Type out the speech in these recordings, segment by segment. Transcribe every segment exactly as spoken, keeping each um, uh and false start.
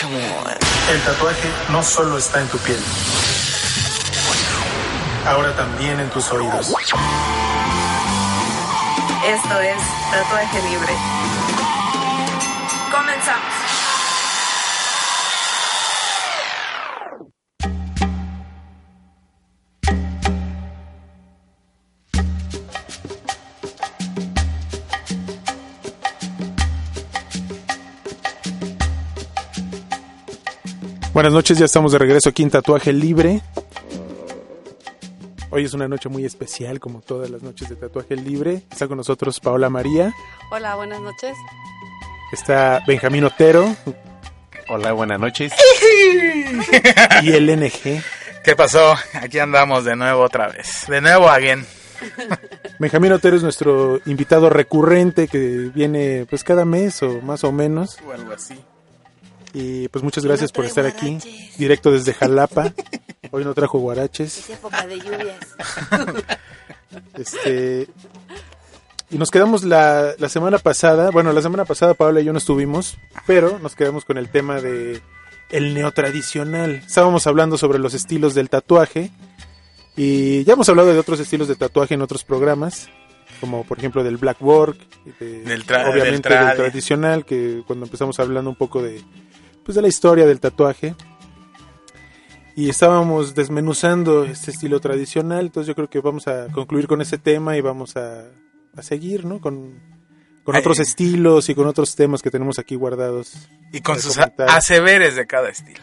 El tatuaje no solo está en tu piel, ahora también en tus oídos. Esto es Tatuaje Libre. Comenzamos. Buenas noches, ya estamos de regreso aquí en Tatuaje Libre. Hoy es una noche muy especial, como todas las noches de Tatuaje Libre. Está con nosotros Paola María. Hola, buenas noches. Está Benjamín Otero. Hola, buenas noches. Y el N G. ¿Qué pasó? Aquí andamos de nuevo otra vez. De nuevo again. Benjamín Otero es nuestro invitado recurrente que viene pues cada mes o más o menos. O algo así. Y pues muchas gracias por estar aquí, directo desde Jalapa. Hoy no trajo guaraches. Es época de lluvias. Este, y nos quedamos la, la semana pasada, bueno, la semana pasada Paola y yo no estuvimos, pero nos quedamos con el tema de el neotradicional. Estábamos hablando sobre los estilos del tatuaje y ya hemos hablado de otros estilos de tatuaje en otros programas, como por ejemplo del black work, de, del tra- obviamente del, del tradicional, que cuando empezamos hablando un poco de pues de la historia del tatuaje. Y estábamos desmenuzando este estilo tradicional, entonces yo creo que vamos a concluir con ese tema y vamos a, a seguir, ¿no? Con, con Ay, otros estilos y con otros temas que tenemos aquí guardados. Y con sus a- aseveres de cada estilo.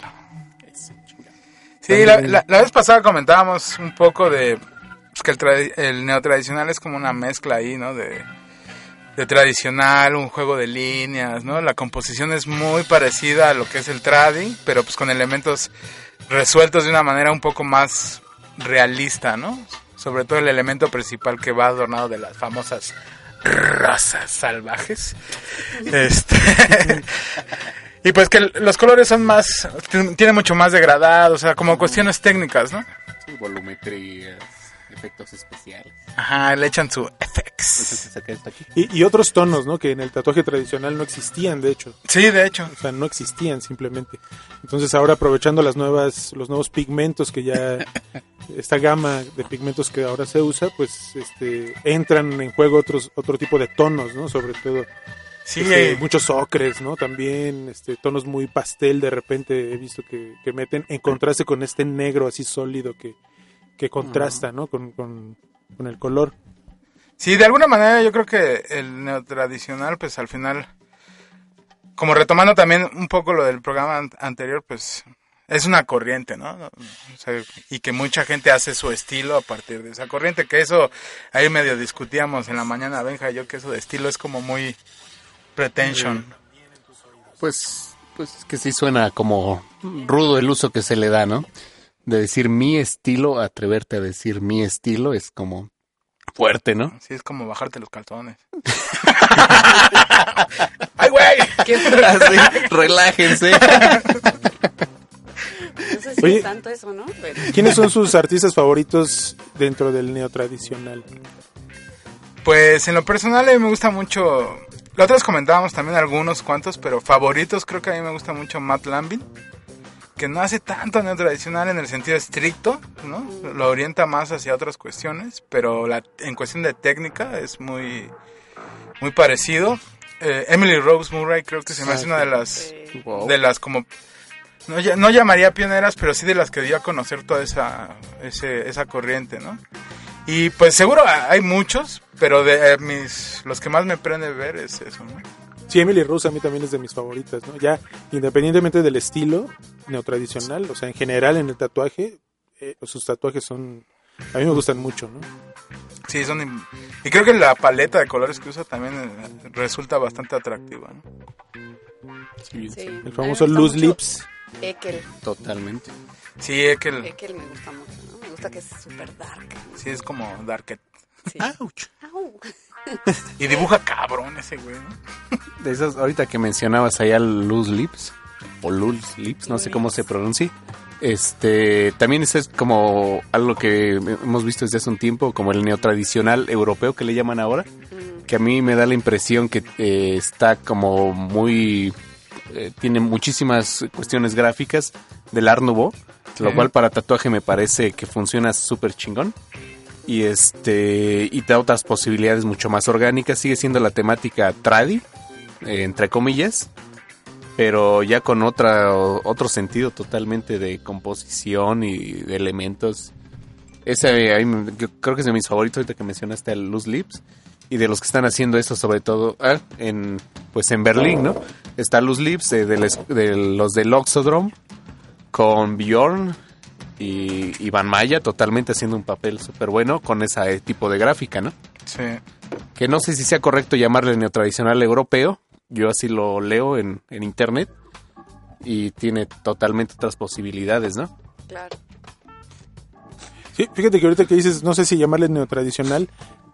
Sí, También, la, la, la vez pasada comentábamos un poco de pues, que el, tra- el neotradicional es como una mezcla ahí, ¿no? De, de tradicional, un juego de líneas, ¿no? La composición es muy parecida a lo que es el tradi, pero pues con elementos resueltos de una manera un poco más realista, ¿no? Sobre todo el elemento principal que va adornado de las famosas rosas salvajes. Este y pues que los colores son más, tienen mucho más degradado, o sea, como cuestiones técnicas, ¿no? Sí, volumetrías, efectos especiales. Ajá, le echan su effects. Y, y otros tonos, ¿no? Que en el tatuaje tradicional no existían, de hecho. Sí, de hecho. O sea, no existían simplemente. Entonces ahora aprovechando las nuevas, los nuevos pigmentos que ya, esta gama de pigmentos que ahora se usa, pues este entran en juego otros otro tipo de tonos, ¿no? Sobre todo sí, este, eh. muchos ocres, ¿no? También este tonos muy pastel de repente he visto que, que meten en contraste con este negro así sólido que, que contrasta, ¿no? Con, con, con el color. Sí, de alguna manera yo creo que el neotradicional, pues al final, como retomando también un poco lo del programa an- anterior, pues es una corriente, ¿no? O sea, y que mucha gente hace su estilo a partir de esa corriente, que eso ahí medio discutíamos en la mañana, Benja y yo, que eso de estilo es como muy pretension. Pues, pues es que sí suena como rudo el uso que se le da, ¿no? De decir mi estilo, atreverte a decir mi estilo es como fuerte, ¿no? Sí, es como bajarte los calzones. ¡Ay, güey! Así, relájense. No sé si Oye, es tanto eso, ¿no? Pero... ¿Quiénes son sus artistas favoritos dentro del neotradicional? Pues en lo personal a mí me gusta mucho, la otra vez comentábamos también algunos cuantos, pero favoritos creo que a mí me gusta mucho Matt Lambin, que no hace tanto neotradicional en el sentido estricto, ¿no? Lo orienta más hacia otras cuestiones, pero la, en cuestión de técnica es muy, muy parecido. Eh, Emily Rose Murray creo que se me hace una de las, Sí. Wow. de las como, no, ya- no llamaría pioneras, pero sí de las que dio a conocer toda esa, ese, esa corriente, ¿no? Y pues seguro hay muchos, pero de eh, mis, los que más me prende ver es eso, ¿no? Sí, Emily Rose a mí también es de mis favoritas, ¿no? Ya, independientemente del estilo neotradicional, o sea, en general en el tatuaje, eh, sus tatuajes son, a mí me gustan mucho, ¿no? Sí, son im- y creo que la paleta de colores que usa también eh, resulta bastante atractiva, ¿no? Sí, Sí. El A famoso mí me Loose gusta mucho Lips. Ekel. totalmente. Sí, es que el- Ekel me gusta mucho, ¿no? Me gusta que es súper dark. sí es como Darket. Sí. Ouch. Au. Y dibuja cabrón ese güey, ¿no? De esos, ahorita que mencionabas allá Loose Lips, o Loose Lips, no sé cómo se pronuncia. Este, también eso es como algo que hemos visto desde hace un tiempo, como el neotradicional europeo que le llaman ahora, que a mí me da la impresión que eh, está como muy eh, tiene muchísimas cuestiones gráficas del Art Nouveau, lo Sí. cual para tatuaje me parece que funciona súper chingón. Y este y te da otras posibilidades mucho más orgánicas. Sigue siendo la temática tradi, eh, entre comillas, pero ya con otra otro sentido totalmente de composición y de elementos. Ese ahí me- yo creo que es de mis favoritos ahorita que mencionaste a Loose Lips. Y de los que están haciendo eso, sobre todo ah, en pues en Berlín, ¿no? Está Loose Lips, eh, de, les- de los del Oxodrome, con Bjorn y Iván Maya, totalmente haciendo un papel súper bueno con ese tipo de gráfica, ¿no? Sí. Que no sé si sea correcto llamarle neotradicional europeo, yo así lo leo en, en internet, y tiene totalmente otras posibilidades, ¿no? Claro. Sí, fíjate que ahorita que dices, no sé si llamarle neotradicional,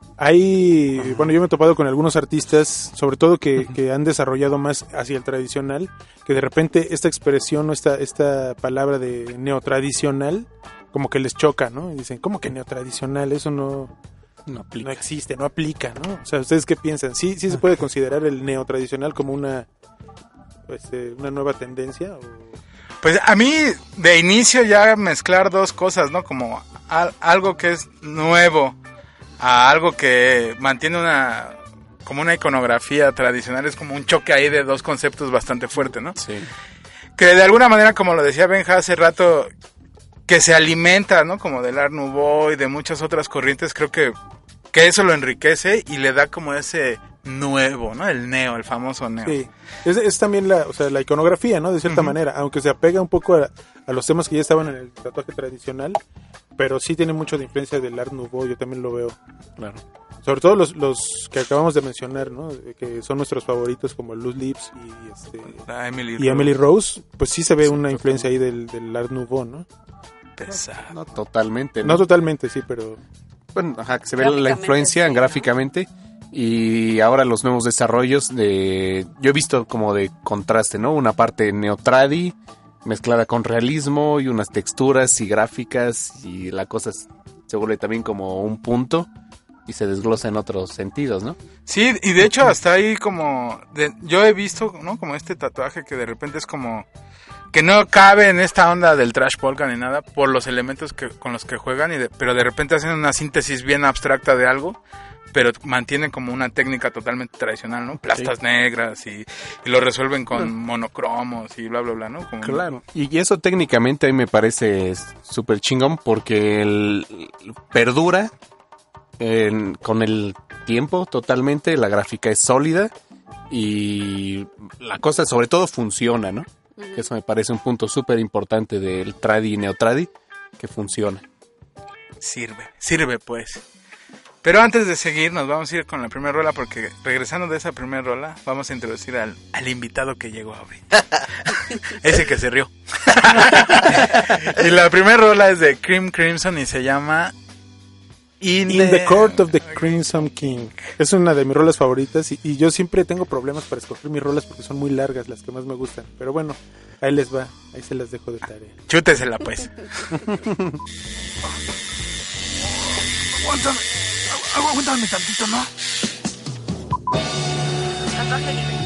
hay, bueno, yo me he topado con algunos artistas, sobre todo que, que han desarrollado más hacia el tradicional, que de repente esta expresión o esta, esta palabra de neotradicional, como que les choca, ¿no? Y dicen, ¿cómo que neotradicional? Eso no, No aplica. no existe, no aplica, ¿no? O sea, ¿ustedes qué piensan? ¿Sí, sí se puede considerar el neotradicional como una, pues, eh, una nueva tendencia? ¿O? Pues a mí de inicio ya mezclar dos cosas, ¿no? Como al- algo que es nuevo a algo que mantiene una como una iconografía tradicional, es como un choque ahí de dos conceptos bastante fuerte, ¿no? Sí. Que de alguna manera, como lo decía Benja hace rato, que se alimenta, ¿no? Como del Art Nouveau y de muchas otras corrientes, creo que, que eso lo enriquece y le da como ese nuevo, ¿no? El neo, el famoso neo. Sí, es, es también la, o sea, la iconografía, ¿no? De cierta Ujú. manera, aunque se apega un poco a, a los temas que ya estaban en el tatuaje tradicional, pero sí tiene mucho de influencia del Art Nouveau, yo también lo veo. Claro. Sobre todo los, los que acabamos de mencionar, ¿no? Que son nuestros favoritos como Loose Lips y, este, La Emily y Rose. Emily Rose, pues sí se ve una influencia ahí del, del Art Nouveau, ¿no? Pesado. No totalmente, No ¿no? totalmente, sí, pero... Bueno, ajá, que se ve la Gráficamente, influencia sí, ¿no? gráficamente y ahora los nuevos desarrollos de yo he visto como de contraste, ¿no? Una parte neotradi mezclada con realismo y unas texturas y gráficas y la cosa es- se vuelve también como un punto y se desglosa en otros sentidos, ¿no? Sí, y de hecho hasta ahí como... de- yo he visto, ¿no? Como este tatuaje que de repente es como... que no cabe en esta onda del trash polka ni nada por los elementos que con los que juegan, y de- pero de repente hacen una síntesis bien abstracta de algo, pero mantienen como una técnica totalmente tradicional, ¿no? Plastas negras y, y lo resuelven con monocromos y bla, bla, bla, ¿no? Como- Claro. Y, y eso técnicamente a mí me parece súper chingón porque el, perdura en- con el tiempo totalmente, la gráfica es sólida y la cosa sobre todo funciona, ¿no? Que eso me parece un punto súper importante del tradi y neotradi, que funciona. Sirve, sirve pues. Pero antes de seguir, nos vamos a ir con la primera rola, porque regresando de esa primera rola, vamos a introducir al, al invitado que llegó ahorita. Ese que se rió. Y la primera rola es de Cream Crimson y se llama In, In the Court of the Crimson King. Es una de mis rolas favoritas y, y yo siempre tengo problemas para escoger mis rolas porque son muy largas las que más me gustan. Pero bueno, ahí les va, ahí se las dejo de tarea. Chútesela pues. Aguántame, agu- aguántame tantito, ¿no? Tatuaje libre.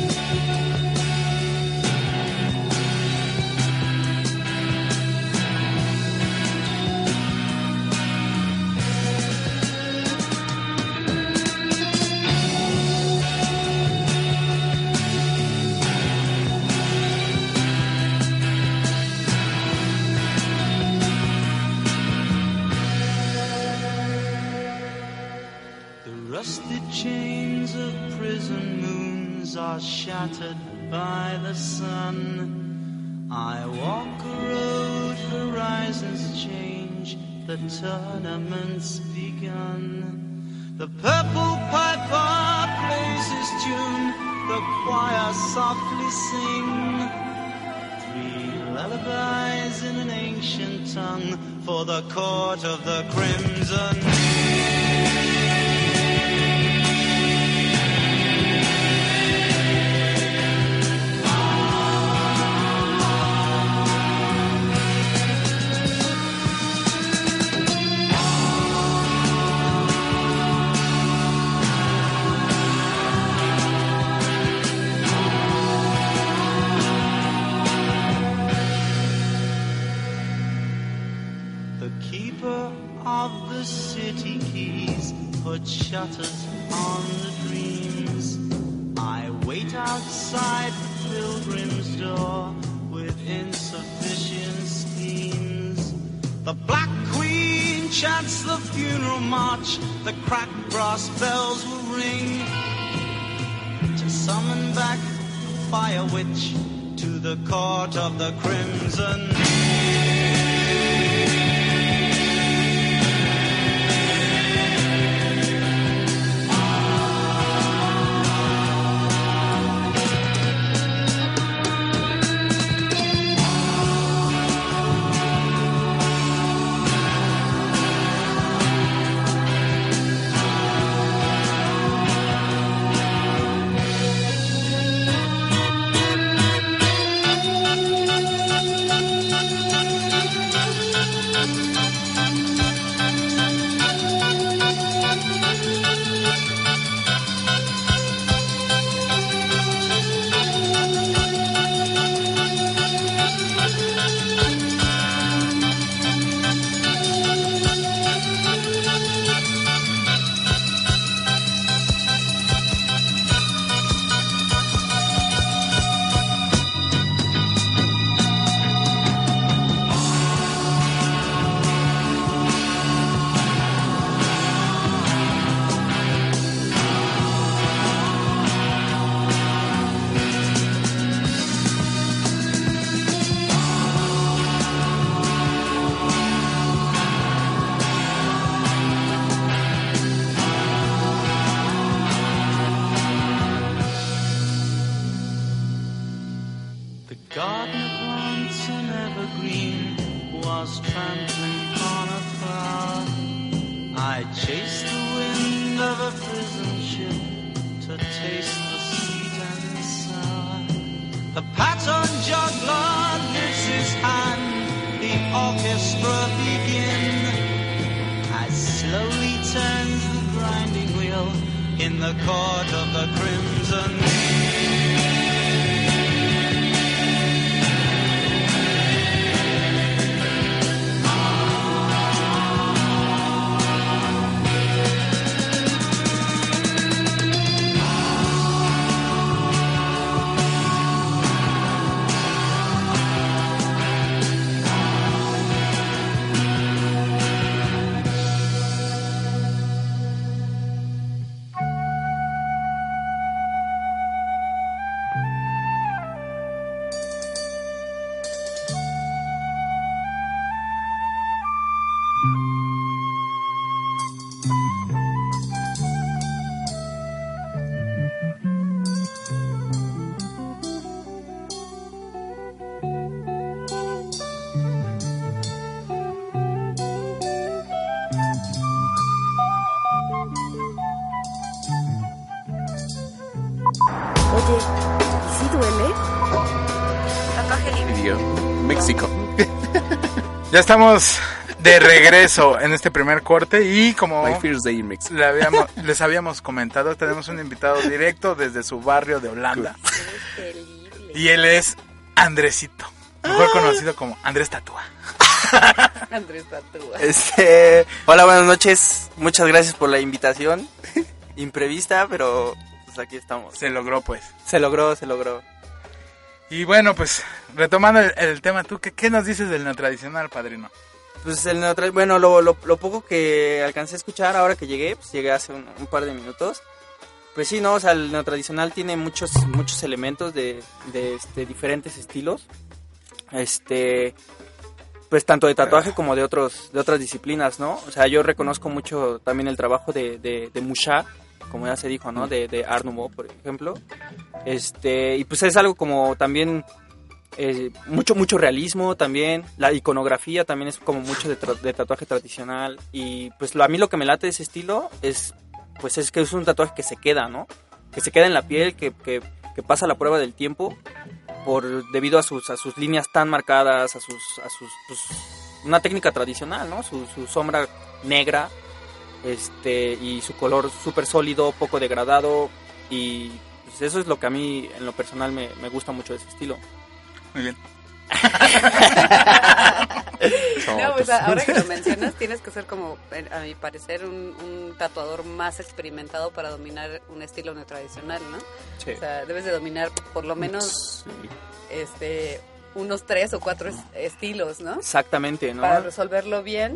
The rusted chains of prison moons are shattered by the sun. I walk a road, horizons change, the tournament's begun. The purple piper plays his tune, the choir softly sing. Three lullabies in an ancient tongue for the court of the crimson. city keys put shutters on the dreams. I wait outside the pilgrim's door with insufficient schemes. The Black Queen chants the funeral march, the cracked brass bells will ring to summon back the fire witch to the court of the crimson. Oye, ¿y si duele? Tatuaje libre. México. Ya estamos de regreso en este primer corte y como My First Day in Mexico. le habíamos, les habíamos comentado, tenemos un invitado directo desde su barrio de Holanda. Y él es Andresito, mejor conocido como Andrés Tatúa. Andrés Tatúa. Este, hola, buenas noches. Muchas gracias por la invitación. Imprevista, pero pues aquí estamos. Se logró pues. Se logró, se logró. Y bueno, pues retomando el, el tema, ¿tú qué, qué nos dices del neotradicional, padrino? Pues el neotra- bueno, lo, lo, lo poco que alcancé a escuchar ahora que llegué, pues llegué hace un, un par de minutos. Pues sí, no, o sea, el neotradicional tiene muchos muchos elementos de, de este, diferentes estilos. Este, pues tanto de tatuaje como de otros de otras disciplinas, ¿no? O sea, yo reconozco mucho también el trabajo de, de, de Musha, como ya se dijo, ¿no? De, de Art Nouveau, por ejemplo. Este, y pues es algo como también eh, mucho mucho realismo también, la iconografía también es como mucho de, tra- de tatuaje tradicional y pues lo, a mí lo que me late de ese estilo es pues es que es un tatuaje que se queda, ¿no? Que se queda en la piel, que, que, que pasa la prueba del tiempo por debido a sus a sus líneas tan marcadas, a sus a sus pues, una técnica tradicional, ¿no? Su, su sombra negra, este y su color súper sólido, poco degradado y pues eso es lo que a mí en lo personal me, me gusta mucho de ese estilo. Muy bien. No, pues ahora que lo mencionas, tienes que ser como, a mi parecer, un, un tatuador más experimentado para dominar un estilo neotradicional, ¿no? Sí. O sea, debes de dominar por lo menos Sí. este unos tres o cuatro es- estilos, ¿no? Exactamente, ¿no? Para resolverlo bien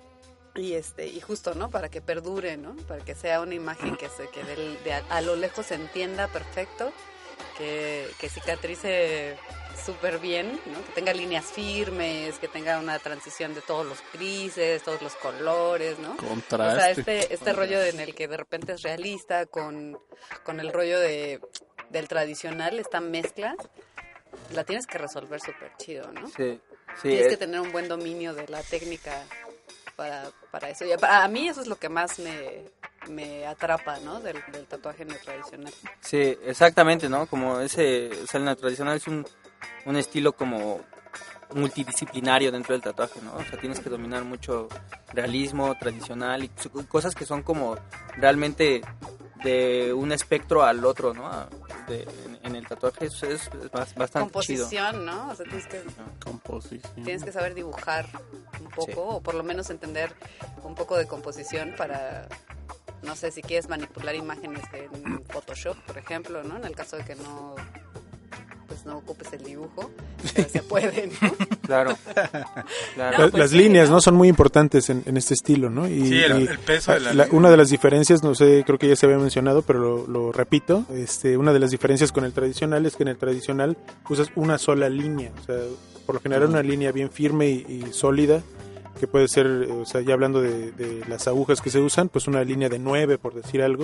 y este y justo, ¿no? Para que perdure, ¿no? Para que sea una imagen que se que del- de a, a lo lejos se entienda perfecto, que, que cicatrice súper bien, ¿no? Que tenga líneas firmes, que tenga una transición de todos los grises, todos los colores, ¿no? Contraste. O sea, este, este rollo en el que de repente es realista con, con el rollo de, del tradicional, esta mezcla, la tienes que resolver súper chido, ¿no? Sí, sí. Tienes es- que tener un buen dominio de la técnica para, para eso. Y a, a mí eso es lo que más me, me atrapa, ¿no? Del, del tatuaje neotradicional. Sí, exactamente, ¿no? Como ese, o sea, el neotradicional es un, un estilo como multidisciplinario dentro del tatuaje, ¿no? O sea, tienes que dominar mucho realismo, tradicional y su- cosas que son como realmente de un espectro al otro, ¿no? A- de- en, en el tatuaje es, es, es bas- bastante chido. Composición, ¿no? O sea, tienes que, Composición. tienes que saber dibujar un poco, Sí. o por lo menos entender un poco de composición para, no sé, si quieres manipular imágenes en Photoshop, por ejemplo, ¿no? En el caso de que no, pues no ocupes el dibujo, pero se puede, ¿no? Claro. Claro. No, La- pues las sí, líneas, ¿no? ¿no? Son muy importantes en, en este estilo, ¿no? Y, Sí, el- y el peso de la la- línea. una de las diferencias, no sé, creo que ya se había mencionado, pero lo, lo repito, este, una de las diferencias con el tradicional es que en el tradicional usas una sola línea, o sea, por lo general una línea bien firme y, y sólida, que puede ser, eh, o sea, ya hablando de, de las agujas que se usan, pues una línea de nueve, por decir algo.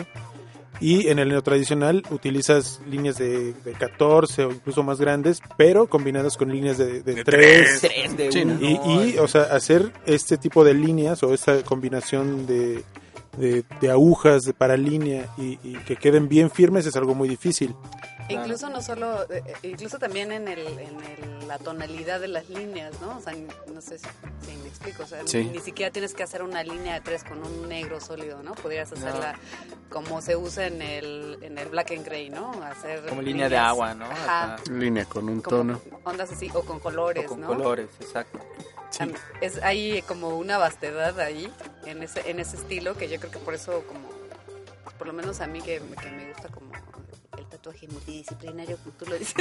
Y en el neotradicional utilizas líneas de, de catorce o incluso más grandes, pero combinadas con líneas de, de De tres. Tres de Sí, uno. Y, y, o sea, hacer este tipo de líneas o esta combinación de, de, de agujas de para línea y, y que queden bien firmes es algo muy difícil. Incluso no solo, eh, eh, incluso también en, el, en el- la tonalidad de las líneas, ¿no? O sea, no sé si, si me explico, o sea, Sí. ni, ni siquiera tienes que hacer una línea de tres con un negro sólido, ¿no? Podrías No. hacerla como se usa en el, en el black and gray, ¿no? Hacer Como línea de líneas- agua, ¿no? Ajá, Ajá. Línea con un como tono. ondas así, o con O colores, con ¿no? colores, exacto. Am- Es, hay como una vastedad ahí en ese, en ese estilo que yo creo que por eso como, por lo menos a mí que, que me gusta como el tatuaje multidisciplinario, como tú lo dices.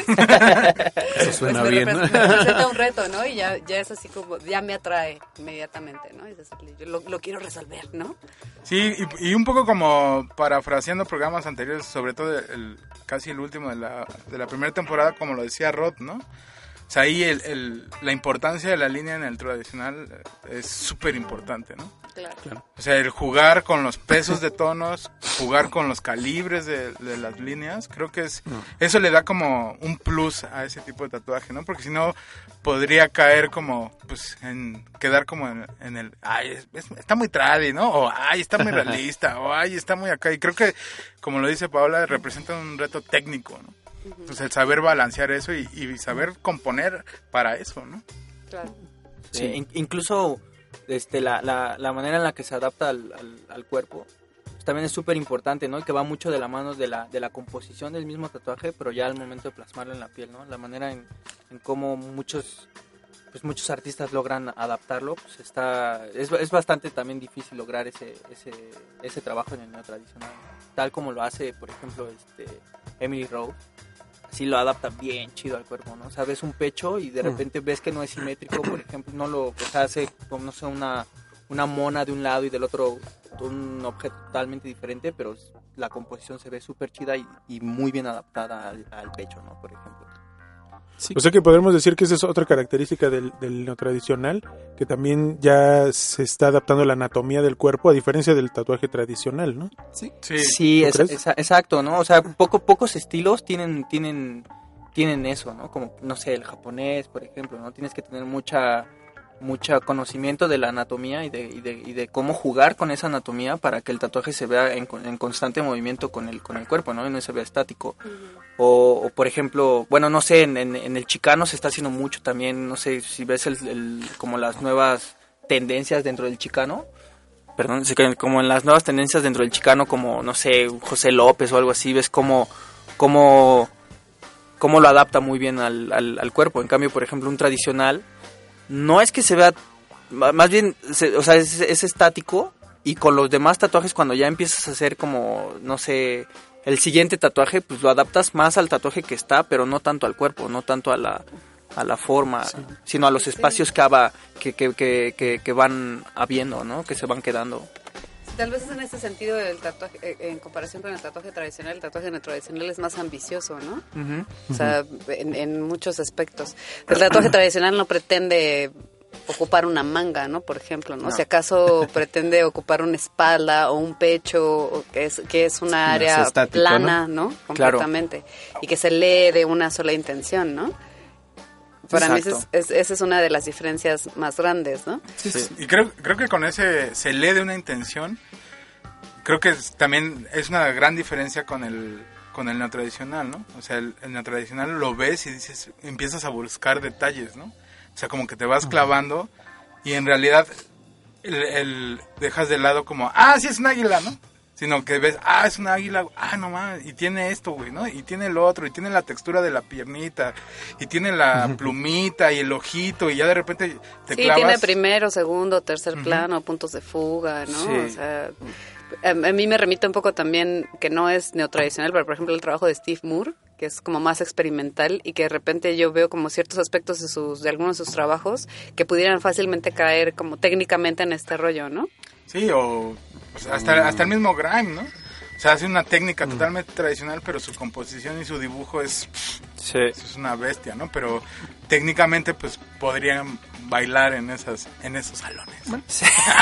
Eso suena me bien. repres- me representa un reto, ¿no? Y ya, ya es así como, ya me atrae inmediatamente, ¿no? Es decir, yo lo, lo quiero resolver, ¿no? Sí, y, y un poco como parafraseando programas anteriores, sobre todo el, casi el último de la, de la primera temporada, como lo decía Rod, ¿no? O sea, ahí el, el, la importancia de la línea en el tradicional es súper importante, ¿no? Claro. O sea, el jugar con los pesos de tonos, jugar con los calibres de, de las líneas, creo que es eso le da como un plus a ese tipo de tatuaje, ¿no? Porque si no, podría caer como, pues, en quedar como en, en el, ay, es- es- está muy tradi, ¿no? O, ay, está muy realista, o, ay, está muy acá. Y creo que, como lo dice Paola, representa un reto técnico, ¿no? Pues el saber balancear eso y, y saber componer para eso, ¿no? Claro. Sí, in- incluso este, la, la, la manera en la que se adapta al, al, al cuerpo pues, también es súper importante, ¿no? Que va mucho de la mano de la, de la composición del mismo tatuaje, pero ya al momento de plasmarlo en la piel, ¿no? La manera en, en cómo muchos pues muchos artistas logran adaptarlo, pues está es, es bastante también difícil lograr ese, ese, ese trabajo en el neotradicional, tal como lo hace, por ejemplo, este Emily Rose. Sí lo adapta bien chido al cuerpo, ¿no? O sea, ves un pecho y de repente ves que no es simétrico, por ejemplo, no lo, o sea, hace, como, no sé, una, una mona de un lado y del otro un objeto totalmente diferente, pero la composición se ve súper chida y, y muy bien adaptada al, al pecho, ¿no? Por ejemplo. Sí. O sea que podemos decir que esa es otra característica del, del neotradicional, que también ya se está adaptando la anatomía del cuerpo a diferencia del tatuaje tradicional, ¿no? Sí. Sí. Sí, ¿tú es- crees? esa- exacto, ¿no? O sea, poco, pocos estilos tienen, tienen, tienen eso, ¿no? Como, no sé, el japonés, por ejemplo, ¿no? Tienes que tener mucha, mucha conocimiento de la anatomía y de, y de, y de cómo jugar con esa anatomía para que el tatuaje se vea en, con- en constante movimiento con el, con el cuerpo, ¿no? Y no se vea estático. O, o, por ejemplo, bueno, no sé, en, en, en el chicano se está haciendo mucho también, no sé si ves el, el- como las nuevas tendencias dentro del chicano. Perdón, sí que como en las nuevas tendencias dentro del chicano, como, no sé, José López o algo así, ves cómo, cómo, cómo lo adapta muy bien al, al, al cuerpo. En cambio, por ejemplo, un tradicional, no es que se vea, más bien, se, o sea, es, es estático, y con los demás tatuajes cuando ya empiezas a hacer como, no sé, el siguiente tatuaje, pues lo adaptas más al tatuaje que está, pero no tanto al cuerpo, no tanto a la a la forma, sí. sino a los espacios que, haba, que, que, que, que, que van habiendo, ¿no? Que se van quedando. Tal vez en ese sentido el tatuaje, eh, en comparación con el tatuaje tradicional, el tatuaje no tradicional es más ambicioso, ¿no? Uh-huh. O sea, en, en muchos aspectos. El tatuaje tradicional no pretende ocupar una manga, ¿no? Por ejemplo, ¿no? no. Si acaso pretende ocupar una espalda o un pecho, que es que es una área estático, plana, ¿no? ¿no? Completamente. Claro. Y que se lee de una sola intención, ¿no? Para Exacto. mí esa es, es, es una de las diferencias más grandes, ¿no? Sí, sí. Y creo creo que con ese se lee de una intención. Creo que es, también es una gran diferencia con el con el neotradicional, ¿no? O sea, el, el neotradicional lo ves y dices, empiezas a buscar detalles, ¿no? O sea, como que te vas clavando y en realidad el, el dejas de lado como, ah, sí es un águila, ¿no? Sino que ves, ah, es un águila, ah, no mames, y tiene esto, güey, ¿no? Y tiene el otro, y tiene la textura de la piernita, y tiene la plumita y el ojito, y ya de repente te sí, clavas. Sí, tiene primero, segundo, tercer uh-huh. plano, puntos de fuga, ¿no? Sí. O sea, a, a mí me remite un poco también que no es neotradicional, pero por ejemplo el trabajo de Steve Moore, que es como más experimental y que de repente yo veo como ciertos aspectos de sus de algunos de sus trabajos que pudieran fácilmente caer como técnicamente en este rollo, ¿no? Sí, o, o sea, hasta, hasta el mismo Grime, ¿no? O sea, hace una técnica totalmente tradicional, pero su composición y su dibujo es, sí. es una bestia, ¿no? Pero técnicamente, pues, podrían bailar en esas en esos salones. Sí.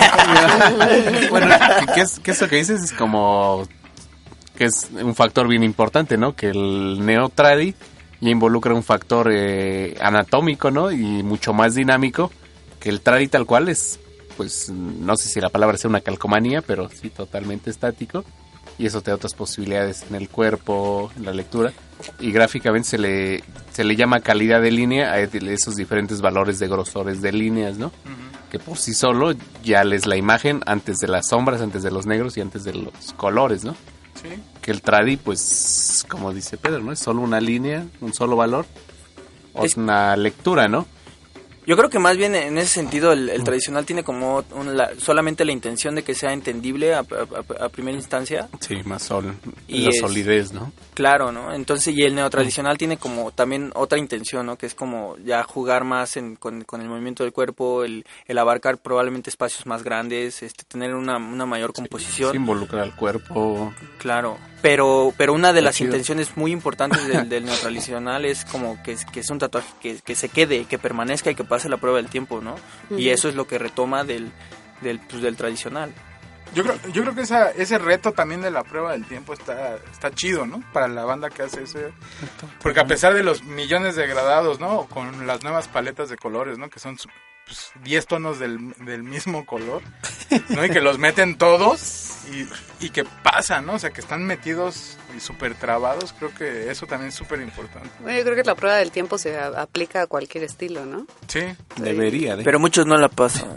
Bueno, ¿qué es, qué es lo que dices? Es como que es un factor bien importante, ¿no? Que el neotradi ya involucra un factor eh, anatómico, ¿no? Y mucho más dinámico que el tradi tal cual es, pues, no sé si la palabra sea una calcomanía, pero sí totalmente estático. Y eso te da otras posibilidades en el cuerpo, en la lectura. Y gráficamente se le se le llama calidad de línea a esos diferentes valores de grosores de líneas, ¿no? Uh-huh. Que por sí solo ya les la imagen antes de las sombras, antes de los negros y antes de los colores, ¿no? Sí. Que el tradi, pues, como dice Pedro, ¿no? Es solo una línea, un solo valor, o es una lectura, ¿no? Yo creo que más bien en ese sentido el, el tradicional tiene como un, la, solamente la intención de que sea entendible a, a, a primera instancia. Sí, más sol, y la es, solidez, ¿no? Claro, ¿no? Entonces, y el neotradicional mm. tiene como también otra intención, ¿no? Que es como ya jugar más en, con, con el movimiento del cuerpo, el, el abarcar probablemente espacios más grandes, este, tener una, una mayor composición. Sí, involucrar al cuerpo. Claro. Pero pero una de las chido. intenciones muy importantes del, del neotradicional es como que, que es un tatuaje que, que se quede, que permanezca y que pase la prueba del tiempo, ¿no? Uh-huh. Y eso es lo que retoma del del, pues, del tradicional. Yo creo yo creo que esa, ese reto también de la prueba del tiempo está está chido, ¿no? Para la banda que hace ese. Porque a pesar de los millones de gradados, ¿no? Con las nuevas paletas de colores, ¿no? Que son pues, diez tonos del, del mismo color, ¿no? Y que los meten todos y, y que pasan, ¿no? O sea, que están metidos y súper trabados. Creo que eso también es súper importante. Bueno, yo creo que la prueba del tiempo se a, aplica a cualquier estilo, ¿no? Sí. Debería de. Pero muchos no la pasan.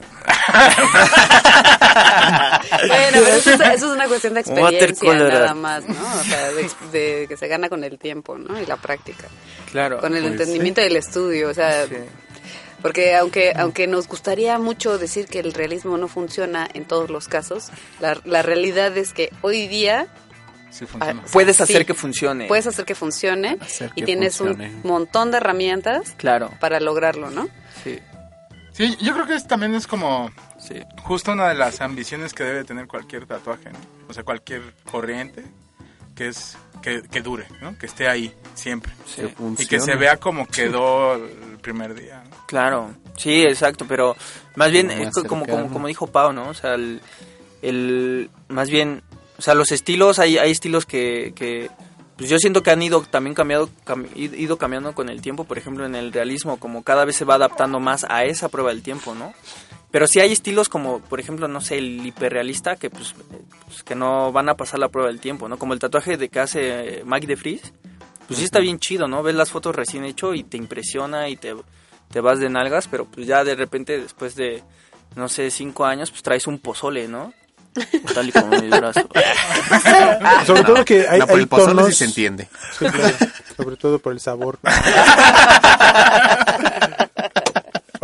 Bueno, pero eso es, eso es una cuestión de experiencia nada más, ¿no? O sea, de, de que se gana con el tiempo, ¿no? Y la práctica. Claro. Con el pues entendimiento sí. del estudio, o sea... Sí. Porque aunque aunque nos gustaría mucho decir que el realismo no funciona en todos los casos, la, la realidad es que hoy día... Sí funciona. Ah, puedes hacer sí, que funcione. Puedes hacer que funcione hacer y que tienes funcione. un montón de herramientas claro. para lograrlo, ¿no? Sí. Sí, yo creo que es, también es como sí. justo una de las ambiciones que debe tener cualquier tatuaje, ¿no? O sea, cualquier corriente que es que, que dure, ¿no? Que esté ahí siempre. Sí. Que y que se vea como quedó el primer día, ¿no? Claro, sí, exacto, pero más bien es como, como como dijo Pau, ¿no? O sea, el, el más bien, o sea, los estilos, hay hay estilos que, que pues yo siento que han ido también cambiado cam, ido cambiando con el tiempo, por ejemplo, en el realismo, como cada vez se va adaptando más a esa prueba del tiempo, ¿no? Pero sí hay estilos como, por ejemplo, no sé, el hiperrealista que pues, pues que no van a pasar la prueba del tiempo, ¿no? Como el tatuaje de que hace Mike DeFries, pues sí está bien chido, ¿no? Ves las fotos recién hecho y te impresiona y te te vas de nalgas, pero pues ya de repente después de, no sé, cinco años, pues traes un pozole, ¿no? Tal y como mi brazo. Sobre todo que hay, no, por hay el pozole tonos... sí se entiende. Sí, claro. Sobre todo por el sabor.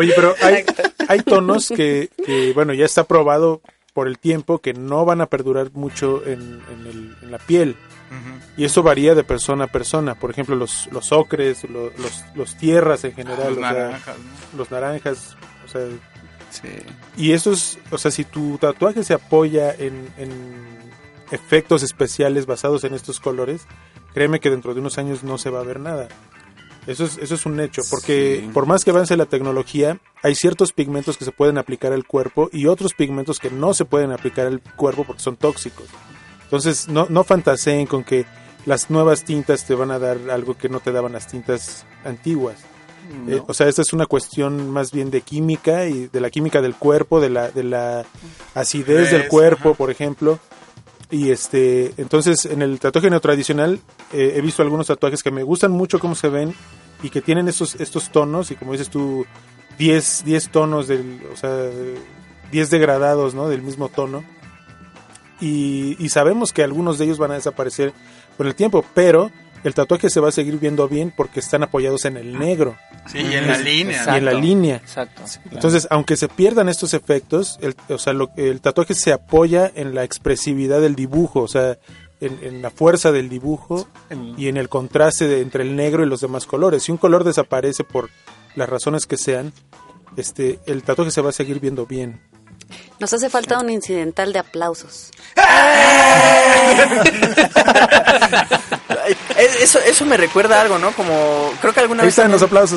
Oye, pero hay, hay tonos que, que, bueno, ya está probado por el tiempo que no van a perdurar mucho en, en, el, en la piel. Uh-huh. Y eso varía de persona a persona. Por ejemplo, los, los ocres, los, los, los tierras en general. Los o naranjas. Sea, ¿no? Los naranjas, o sea... Sí. Y eso es, o sea, si tu tatuaje se apoya en, en efectos especiales basados en estos colores, créeme que dentro de unos años no se va a ver nada. Eso es, eso es un hecho, porque sí. Por más que avance la tecnología, hay ciertos pigmentos que se pueden aplicar al cuerpo y otros pigmentos que no se pueden aplicar al cuerpo porque son tóxicos. Entonces, no, no fantaseen con que las nuevas tintas te van a dar algo que no te daban las tintas antiguas. No. Eh, o sea, esta es una cuestión más bien de química y de la química del cuerpo, de la, de la acidez del cuerpo, ajá. Por ejemplo. Y este, entonces en el tatuaje neotradicional eh, he visto algunos tatuajes que me gustan mucho cómo se ven y que tienen estos, estos tonos y como dices tú, diez tonos, del, o sea, diez degradados, ¿no? Del mismo tono. Y, y sabemos que algunos de ellos van a desaparecer con el tiempo, pero el tatuaje se va a seguir viendo bien porque están apoyados en el negro. Sí, y en la línea. Exacto. Y en la línea. Exacto. Sí, claro. Entonces, aunque se pierdan estos efectos, el, o sea, lo, el tatuaje se apoya en la expresividad del dibujo, o sea, en, en la fuerza del dibujo y en el contraste de, entre el negro y los demás colores. Si un color desaparece por las razones que sean, este, el tatuaje se va a seguir viendo bien. Nos hace falta un incidental de aplausos. Eso, eso me recuerda a algo, ¿no? Como, creo que alguna Ahí vez... están los aplausos.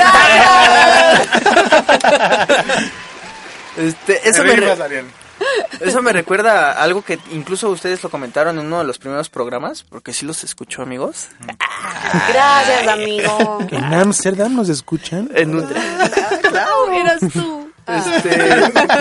este, eso, me re... eso me recuerda a algo que incluso ustedes lo comentaron en uno de los primeros programas, porque sí los escuchó, amigos. Gracias, amigo. ¿En Amsterdam nos escuchan? En un... Claro, eras tú. Este...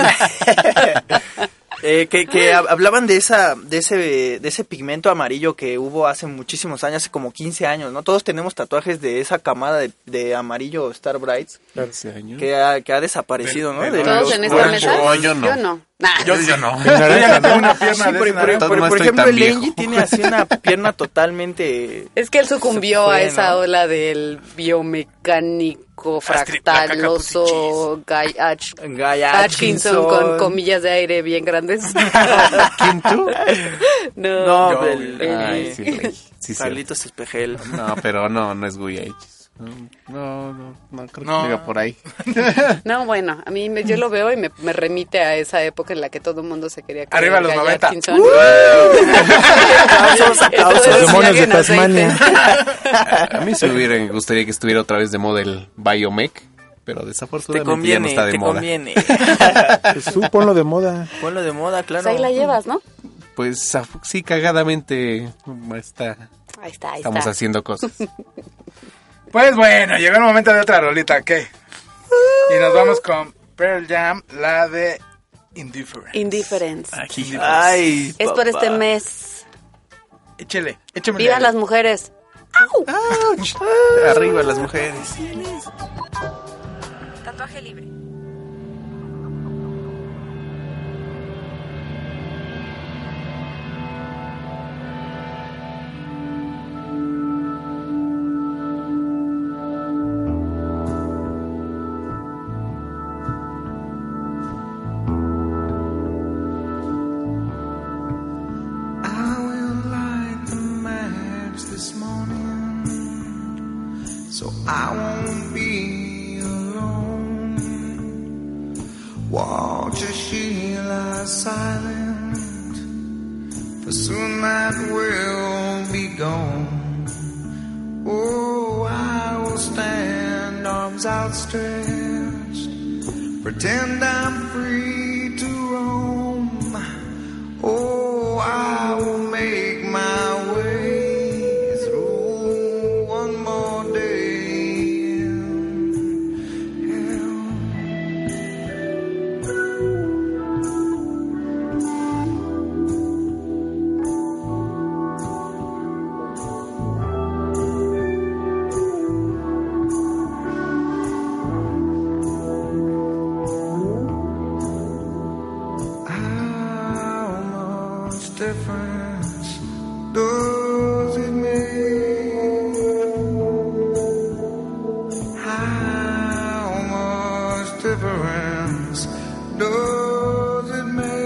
eh, que, que hablaban de esa de ese de ese pigmento amarillo que hubo hace muchísimos años, hace como quince años, ¿no? Todos tenemos tatuajes de esa camada de, de amarillo Star Brights que ha, que ha desaparecido, ¿no? De ¿Todos los, en esta mesa? Yo, yo no. Yo no. Nah. Yo, yo no. Yo ya tengo una pierna sí, de por, esa por, naranja. por, no por estoy ejemplo, tan el viejo. Lenji tiene así una pierna totalmente... Es que él sucumbió fue, a esa ¿no? ola del biomecánico fractaloso Guy, Atch, Guy Atkinson con comillas de aire bien grandes. ¿Quién tú? No, No, Yo, el, el, Ay, sí, güey. Sí, sí. Carlitos Espejel. No, pero no, no es Guy H. No, no, no creo No. que llega por ahí. no, bueno, a mí me, yo lo veo y me, me remite a esa época en la que todo el mundo se quería creer Arriba los Guy noventa. Atkinson. Aplausos, aplausos. Eso Los demonios de en aceite. Tasmania. A mí se hubiera gustaría que estuviera otra vez de moda el Biomech, pero Te desafortunadamente ya no conviene, está de te moda. conviene. Pues tú ponlo de moda. Ponlo de moda, claro. Pues ahí la llevas, ¿no? Pues af- sí, cagadamente está, Ahí está, ahí estamos está. haciendo cosas. Pues bueno, llegó el momento de otra rolita, ¿qué? Y nos vamos con Pearl Jam, la de Indifference. Indifference. Aquí. Ay, Es por papá. este mes. Échele, écheme. ¡Vivan las mujeres! Arriba las mujeres. Tatuaje libre. I will light the match this morning, so I won't be alone. Watch as she lies silent, for soon that will be gone. Oh, I will stand arms outstretched, pretend I'm free to roam. Oh, I will make my way through one more day. Yeah. difference does it make?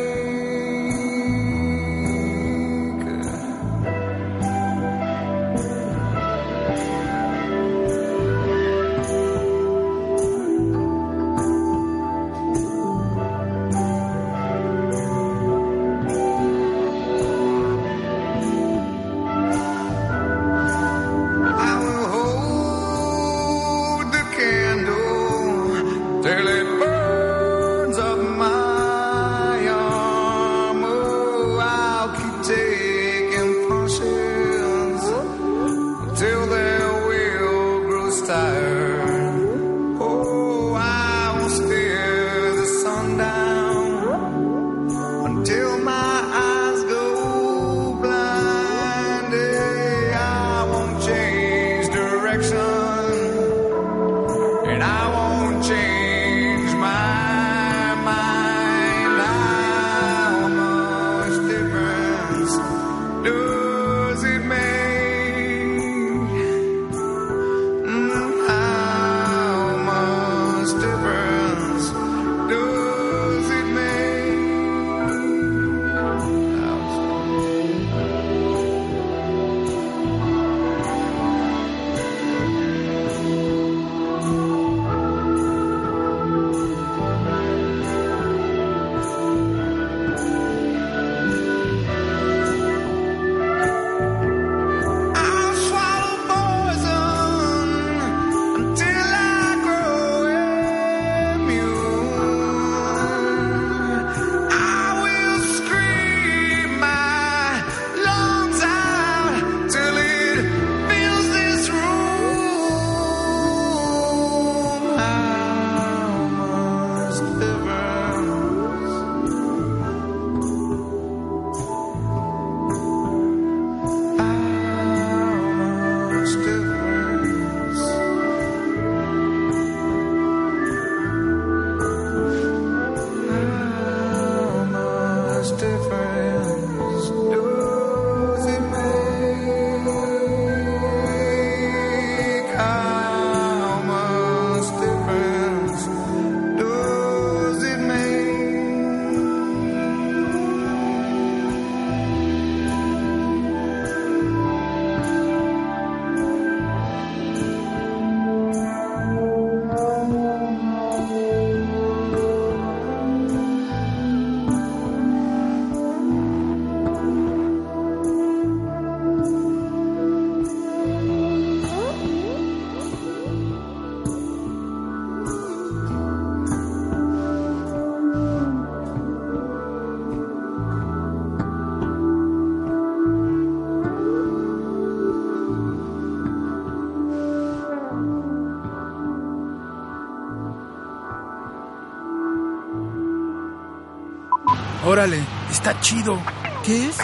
Órale, está chido. ¿Qué es?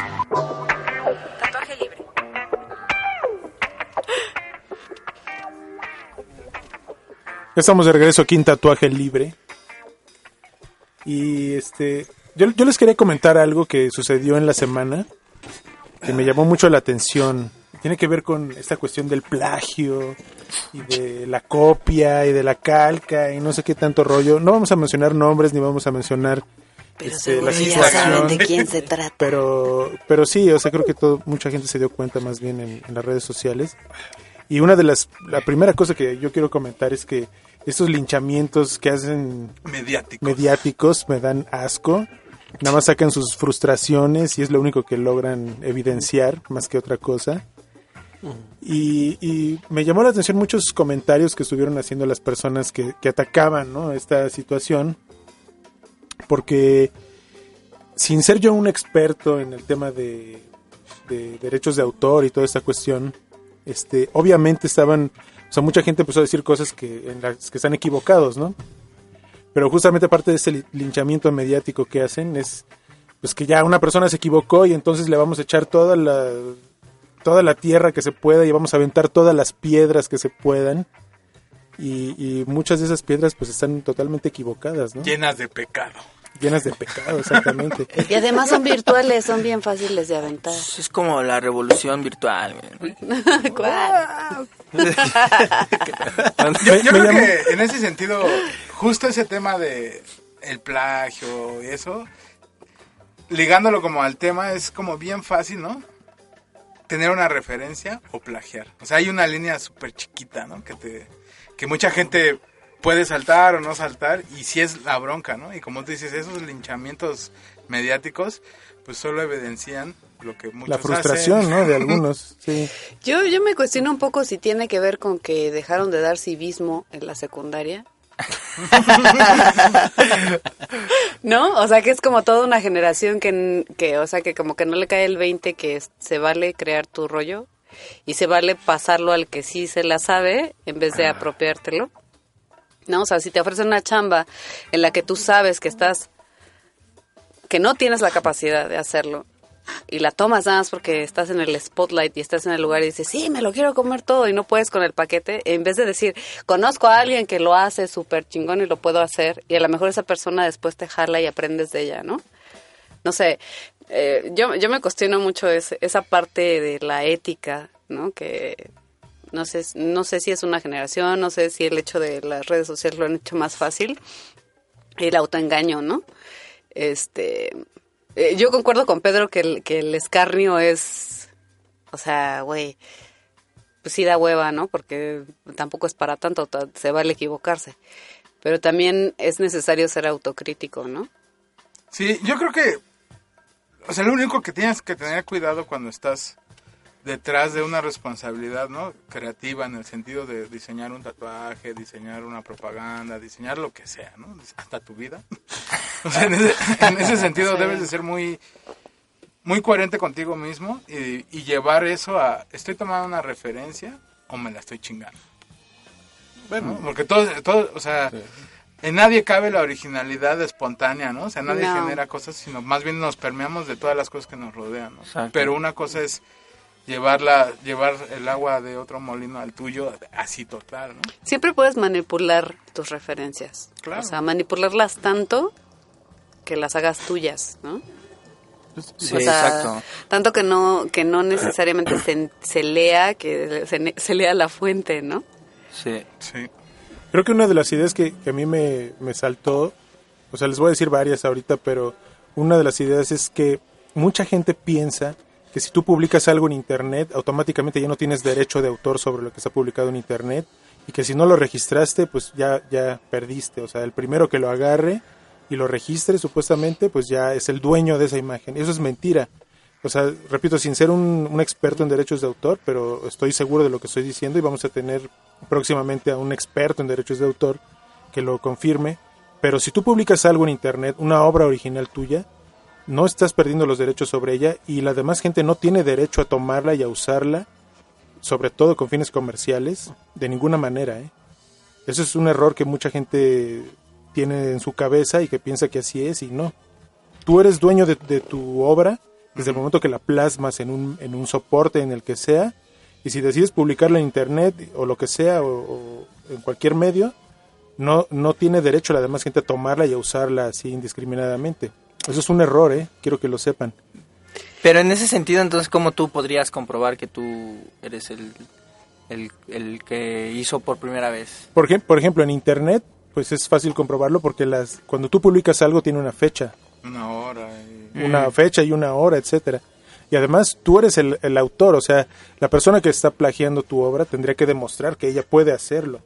Tatuaje libre. Ya estamos de regreso aquí en Tatuaje Libre. Y este, yo, yo les quería comentar algo que sucedió en la semana que me llamó mucho la atención. Tiene que ver con esta cuestión del plagio y de la copia y de la calca y no sé qué tanto rollo. No vamos a mencionar nombres ni vamos a mencionar Pero este, seguro la ya situación. saben de quién se trata. Pero, pero sí, o sea, creo que todo, mucha gente se dio cuenta más bien en, en las redes sociales. Y una de las, la primera cosa que yo quiero comentar es que estos linchamientos que hacen Mediáticos. mediáticos me dan asco. Nada más sacan sus frustraciones y es lo único que logran evidenciar, más que otra cosa. Y, y me llamó la atención muchos comentarios que estuvieron haciendo las personas que, que atacaban, ¿no?, esta situación. Porque sin ser yo un experto en el tema de, de derechos de autor y toda esta cuestión, este, obviamente estaban, o sea, mucha gente empezó a decir cosas que en las que están equivocados, ¿no? Pero justamente parte de ese linchamiento mediático que hacen es pues que ya una persona se equivocó y entonces le vamos a echar toda la toda la tierra que se pueda y vamos a aventar todas las piedras que se puedan. Y, y muchas de esas piedras pues están totalmente equivocadas, ¿no? Llenas de pecado. llenas de pecado, exactamente. Y además son virtuales, son bien fáciles de aventar. Es como la revolución virtual, güey. ¿Cuál? Yo, Me- yo me creo llamó- que en ese sentido, justo ese tema de el plagio y eso, ligándolo como al tema, es como bien fácil, ¿no? Tener una referencia o plagiar. O sea, hay una línea súper chiquita, ¿no? Que te que mucha gente puede saltar o no saltar, y sí es la bronca, ¿no? Y como tú dices, esos linchamientos mediáticos, pues solo evidencian lo que muchos La frustración, hacen. ¿no? De algunos, sí. Yo, yo me cuestiono un poco si tiene que ver con que dejaron de dar civismo en la secundaria. ¿No? O sea, que es como toda una generación que, que, o sea, que como que no le cae el veinte que es- se vale crear tu rollo y se vale pasarlo al que sí se la sabe en vez de apropiártelo. ¿No? O sea, si te ofrecen una chamba en la que tú sabes que estás, que no tienes la capacidad de hacerlo, y la tomas nada más porque estás en el spotlight y estás en el lugar y dices, sí, me lo quiero comer todo y no puedes con el paquete, en vez de decir, conozco a alguien que lo hace súper chingón y lo puedo hacer, y a lo mejor esa persona después te jala y aprendes de ella, ¿no? No sé, eh, yo, yo me cuestiono mucho ese- esa parte de la ética, ¿no? Que no sé, no sé si es una generación, no sé si el hecho de las redes sociales lo han hecho más fácil, el autoengaño, ¿no? Este... Eh, yo concuerdo con Pedro que el, que el escarnio es, o sea, güey, pues sí da hueva, ¿no? Porque tampoco es para tanto, ta- se vale equivocarse. Pero también es necesario ser autocrítico, ¿no? Sí, yo creo que, o sea, lo único que tienes que tener cuidado cuando estás detrás de una responsabilidad, ¿no? Creativa, en el sentido de diseñar un tatuaje, diseñar una propaganda, diseñar lo que sea, ¿no? Hasta tu vida. O sea, en ese, en ese sentido Sí. debes de ser muy, muy coherente contigo mismo y, y llevar eso a, ¿estoy tomando una referencia o me la estoy chingando? Bueno, ¿no? Porque todo, todo, o sea, Sí. en nadie cabe la originalidad espontánea, ¿no? O sea, nadie No. genera cosas, sino más bien nos permeamos de todas las cosas que nos rodean, ¿no? Exacto. Pero una cosa es llevarla, llevar el agua de otro molino al tuyo, así total, ¿no? Siempre puedes manipular tus referencias. Claro. O sea, manipularlas tanto que las hagas tuyas, ¿no? Sí, O sea, exacto. tanto que no que no necesariamente se, se lea, que se, ne- se lea la fuente, ¿no? Sí. Sí. Creo que una de las ideas que, que a mí me, me saltó, o sea, les voy a decir varias ahorita, pero una de las ideas es que mucha gente piensa que si tú publicas algo en Internet, automáticamente ya no tienes derecho de autor sobre lo que está publicado en Internet, y que si no lo registraste, pues ya, ya perdiste. O sea, el primero que lo agarre y lo registre, supuestamente, pues ya es el dueño de esa imagen. Eso es mentira. O sea, repito, sin ser un, un experto en derechos de autor, pero estoy seguro de lo que estoy diciendo, y vamos a tener próximamente a un experto en derechos de autor que lo confirme. Pero si tú publicas algo en Internet, una obra original tuya, no estás perdiendo los derechos sobre ella, y la demás gente no tiene derecho a tomarla y a usarla, sobre todo con fines comerciales, de ninguna manera, ¿eh? Eso es un error que mucha gente tiene en su cabeza y que piensa que así es, y no. Tú eres dueño de, de tu obra desde el momento que la plasmas en un, en un soporte, en el que sea, y si decides publicarla en Internet o lo que sea, o, o en cualquier medio, no, no tiene derecho la demás gente a tomarla y a usarla así indiscriminadamente. Eso es un error, ¿eh? Quiero que lo sepan. Pero en ese sentido, entonces, ¿cómo tú podrías comprobar que tú eres el, el, el que hizo por primera vez? Por, ejem- por ejemplo, en Internet, pues es fácil comprobarlo porque las cuando tú publicas algo tiene una fecha, Una hora. Y... una fecha y una hora, etcétera. Y además tú eres el, el autor, o sea, la persona que está plagiando tu obra tendría que demostrar que ella puede hacerlo.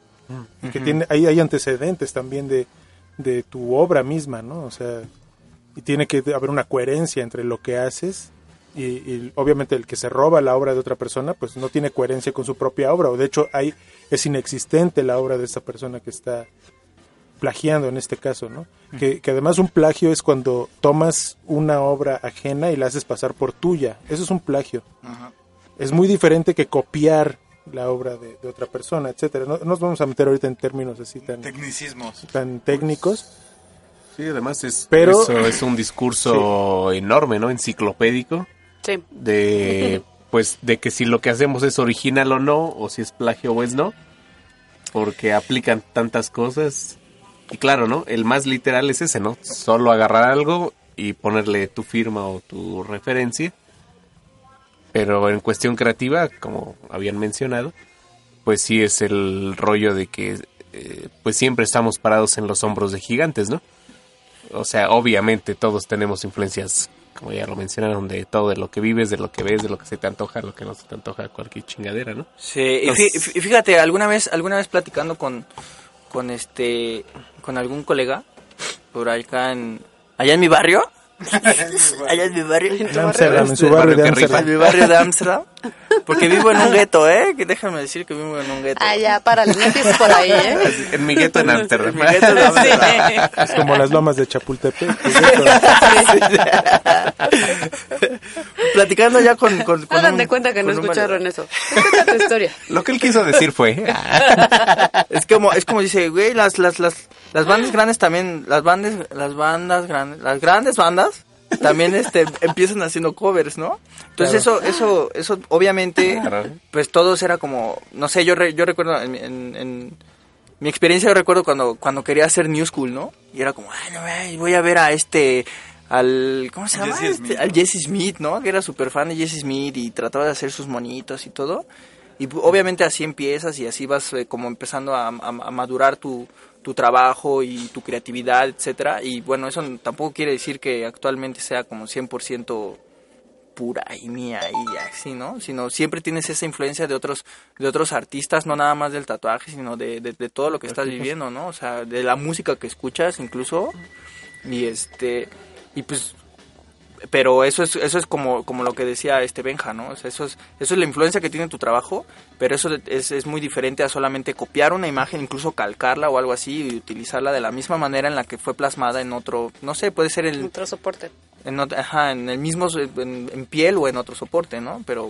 Y que tiene, hay, hay antecedentes también de, de tu obra misma, ¿no? O sea, y tiene que haber una coherencia entre lo que haces y, y obviamente el que se roba la obra de otra persona, pues no tiene coherencia con su propia obra, o de hecho hay, es inexistente la obra de esa persona que está plagiando en este caso, ¿no? Que, que además un plagio es cuando tomas una obra ajena y la haces pasar por tuya. Eso es un plagio. Ajá. Es muy diferente que copiar la obra de, de otra persona, etcétera. No, no nos vamos a meter ahorita en términos así tan, Tecnicismos. tan técnicos. Sí, además es, Pero- eso es un discurso enorme, ¿no? Enciclopédico. Sí. De, pues, de que si lo que hacemos es original o no, o si es plagio o es no. Porque aplican tantas cosas Y claro, ¿no? El más literal es ese, ¿no? Solo agarrar algo y ponerle tu firma o tu referencia. Pero en cuestión creativa, como habían mencionado, pues sí es el rollo de que eh, pues siempre estamos parados en los hombros de gigantes, ¿no? O sea, obviamente todos tenemos influencias, como ya lo mencionaron, de todo, de lo que vives, de lo que ves, de lo que se te antoja, lo que no se te antoja, cualquier chingadera, ¿no? Sí, y fí- y fíjate, alguna vez, alguna vez platicando con, con este, con algún colega, por acá en, allá en mi barrio, allá en mi barrio, En Amsterdam, en su barrio de en Amsterdam. mi barrio de Amsterdam, porque vivo en un gueto, ¿eh? Que déjame decir que vivo en un gueto. Ah, ya, para no empieces por ahí, ¿eh? En mi gueto en Amsterdam. En mi gueto de Amsterdam. Es como las lomas de Chapultepec. Platicando ya con... con, con Hagan un- de cuenta que no con un- escucharon eso. Cuéntame tu historia. Lo que él quiso decir fue... Es como, es como dice, güey, las, las, las, las bandas grandes también, las bandas, las bandas grandes, las grandes bandas también este empiezan haciendo covers, ¿no? Entonces eso, eso, eso obviamente, pues todos era como, no sé, yo re- yo recuerdo en, en, en mi experiencia, yo recuerdo cuando, cuando quería hacer New School, ¿no? Y era como, ay, no, ay, voy a ver a este, al, ¿cómo se llama? Jesse Este, Smith. al Jesse Smith, ¿no? Que era súper fan de Jesse Smith y trataba de hacer sus monitos y todo. Y pu- obviamente así empiezas y así vas eh, como empezando a, a- a madurar tu, tu trabajo y tu creatividad, etcétera. Y bueno, eso n- tampoco quiere decir que actualmente sea como cien por ciento pura y mía y así, ¿no? Sino siempre tienes esa influencia de otros de otros artistas, no nada más del tatuaje, sino de, de, de todo lo que estás viviendo, ¿no? O sea, de la música que escuchas incluso. Y este y pues pero eso es eso es como como lo que decía este Benja, ¿no? O sea, eso es eso es la influencia que tiene tu trabajo, pero eso es, es muy diferente a solamente copiar una imagen, incluso calcarla o algo así y utilizarla de la misma manera en la que fue plasmada en otro, no sé, puede ser el Otro soporte. en, ot- ajá, en el mismo en, en piel o en otro soporte, ¿no? Pero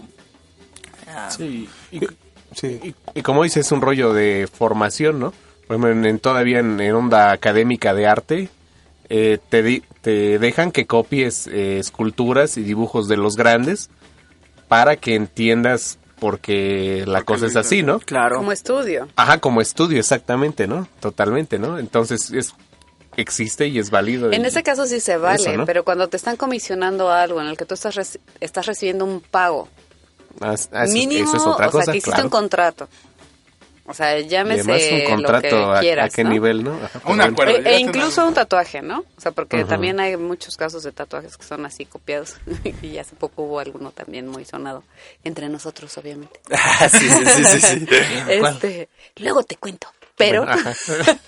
ah, Sí, y, Sí. y- y como dices, es un rollo de formación, ¿no? Por ejemplo, en, en- todavía en, en onda académica de arte, eh, te, di- te dejan que copies eh, esculturas y dibujos de los grandes para que entiendas por qué la cosa es así, ¿no? claro. Como estudio. Ajá, como estudio, exactamente, ¿no? Totalmente, ¿no? Entonces, es existe y es válido. En el- ese caso sí se vale, eso, ¿no? pero cuando te están comisionando algo en el que tú estás reci- estás recibiendo un pago Ah, ah, eso- mínimo, eso es otra o cosa, sea, que hiciste claro. un contrato. O sea, Y llámese además un contrato lo que a- quieras, a, qué ¿no? nivel, ¿no? Ajá, Un pero acuerdo. E, Llegaste e a incluso un- un tatuaje, ¿no? O sea, porque Ajá. también hay muchos casos de tatuajes que son así copiados. Y hace poco hubo alguno también muy sonado. Entre nosotros, obviamente. Ah, sí, sí, sí, sí, sí. Este, luego te cuento. Pero, Bueno, ajá.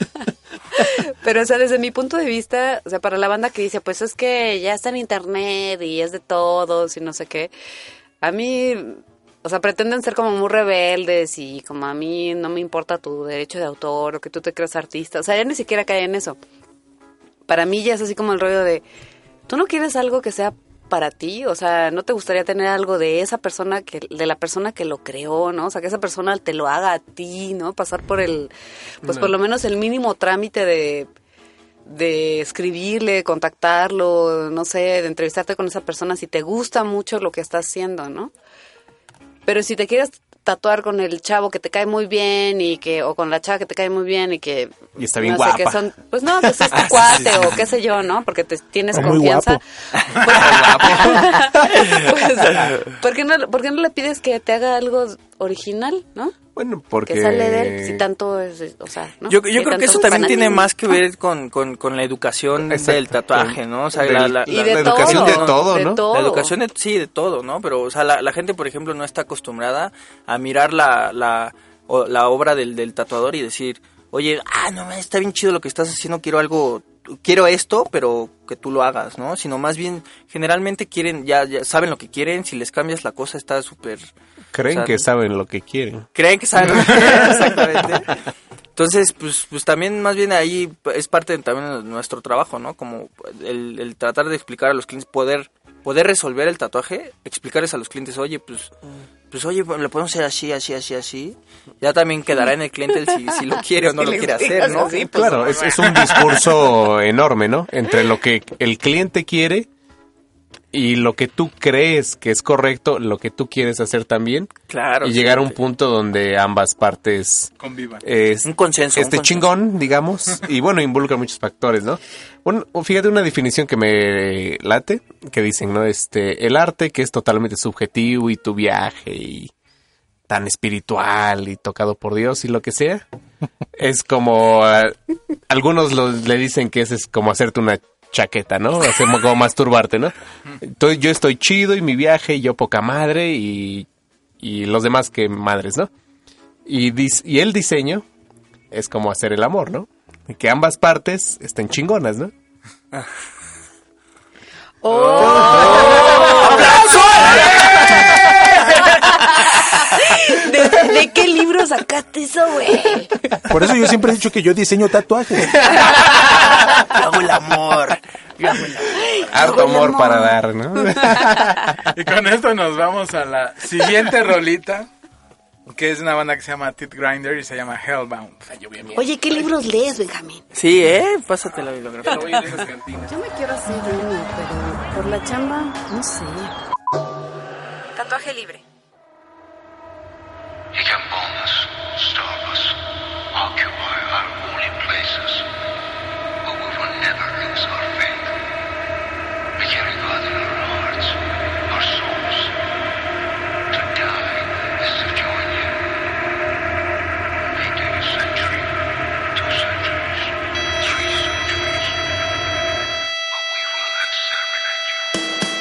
pero, o sea, desde mi punto de vista, o sea, para la banda que dice, pues es que ya está en internet y es de todos y no sé qué, a mí, o sea, pretenden ser como muy rebeldes y como a mí no me importa tu derecho de autor o que tú te creas artista, o sea, ya ni siquiera cae en eso. Para mí ya es así como el rollo de, tú no quieres algo que sea para ti, o sea, no te gustaría tener algo de esa persona que, de la persona que lo creó, ¿no? O sea, que esa persona te lo haga a ti, ¿no? Pasar por el, pues No. por lo menos el mínimo trámite de, de escribirle, contactarlo, no sé, de entrevistarte con esa persona si te gusta mucho lo que está haciendo, ¿no? Pero si te quieres tatuar con el chavo que te cae muy bien y que o con la chava que te cae muy bien y que Y está bien no guapa. sé, que son, pues no, pues es tu cuate o qué sé yo, ¿no? Porque te tienes O muy confianza. guapo. Pues, pues, ¿por qué no, por qué no le pides que te haga algo original, no? Bueno, porque... Que sale de él, si tanto es, o sea, ¿no? Yo, yo Si creo que tanto eso también fanatismo. tiene más que ver con, con, con la educación Exacto. del tatuaje, ¿no? O sea, Del- la, la, Y la- de la educación todo, de todo, de ¿no? todo. la educación, de- sí, de todo, ¿no? Pero, o sea, la, la gente, por ejemplo, no está acostumbrada a mirar la, la, o- la obra del, del tatuador y decir, oye, ah, no, está bien chido lo que estás haciendo, quiero algo, quiero esto, pero que tú lo hagas, ¿no? Sino más bien, generalmente quieren, ya, ya saben lo que quieren, si les cambias la cosa está súper... Creen o sea, que saben lo que quieren. Creen que saben lo que quieren, exactamente. Entonces, pues, pues también más bien ahí es parte de, también de nuestro trabajo, ¿no? Como el, el tratar de explicar a los clientes, poder poder resolver el tatuaje, explicarles a los clientes, oye, pues, pues oye, pues, lo podemos hacer así, así, así, así. Ya también quedará en el cliente el si, si lo quiere o no Si lo le quiere explicas hacer, ¿no? así, pues, Claro, es, es un discurso enorme, ¿no? Entre lo que el cliente quiere y lo que tú crees que es correcto, lo que tú quieres hacer también. Claro. Y llegar a un punto donde ambas partes convivan. Es, un consenso. Este un consenso. chingón, digamos. Y bueno, involucra muchos factores, ¿no? Bueno, fíjate una definición que me late, que dicen, ¿no? Este, el arte que es totalmente subjetivo y tu viaje y tan espiritual y tocado por Dios y lo que sea. Es como, uh, algunos lo, le dicen que ese es como hacerte una chaqueta, ¿no? Hacer como masturbarte, ¿no? Entonces, yo estoy chido y mi viaje y yo poca madre y, y los demás que madres, ¿no? Y, dis, y el diseño es como hacer el amor, ¿no? Y que ambas partes estén chingonas, ¿no? ¡Oh! ¿De, ¿De qué libro sacaste eso, güey? Por eso yo siempre he dicho que yo diseño tatuajes. Yo hago el amor. Yo hago el amor. Harto amor, amor para dar, ¿no? Y con esto nos vamos a la siguiente rolita, que es una banda que se llama Teeth Grinder y se llama Hellbound. Oye, ¿qué libros lees, Benjamín? Sí, ¿eh? Pásate la bibliografía. Yo me quiero hacer uno, pero por la chamba, no sé. Tatuaje libre. He can bomb us, starve us, occupy our holy places, but we will never lose our faith. We carry God in our hearts, our souls. To die is to join Him. Maybe a century, two centuries, three centuries, but we will exterminate you.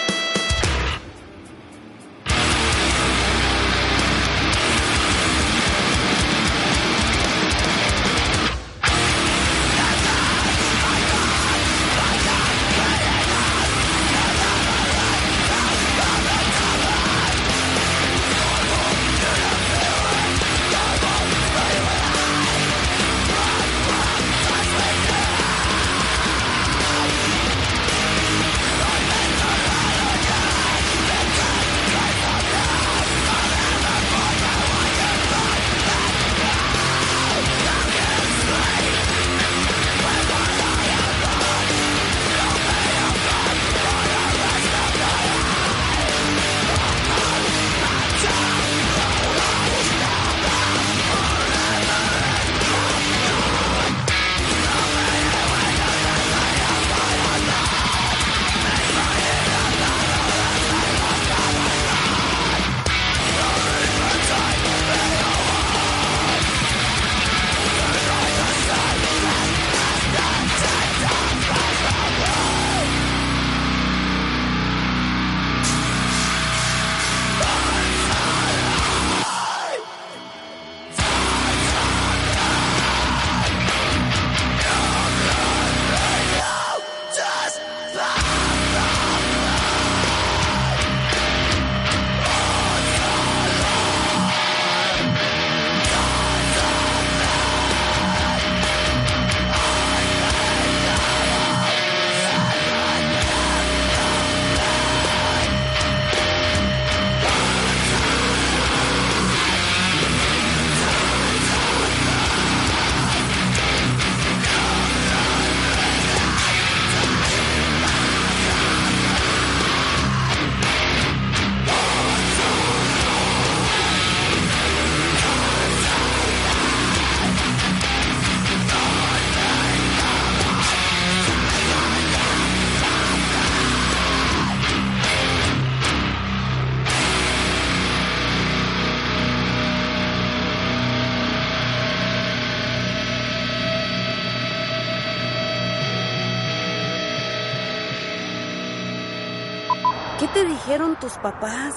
¿Qué te dijeron tus papás?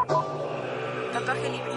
Tatuaje libre.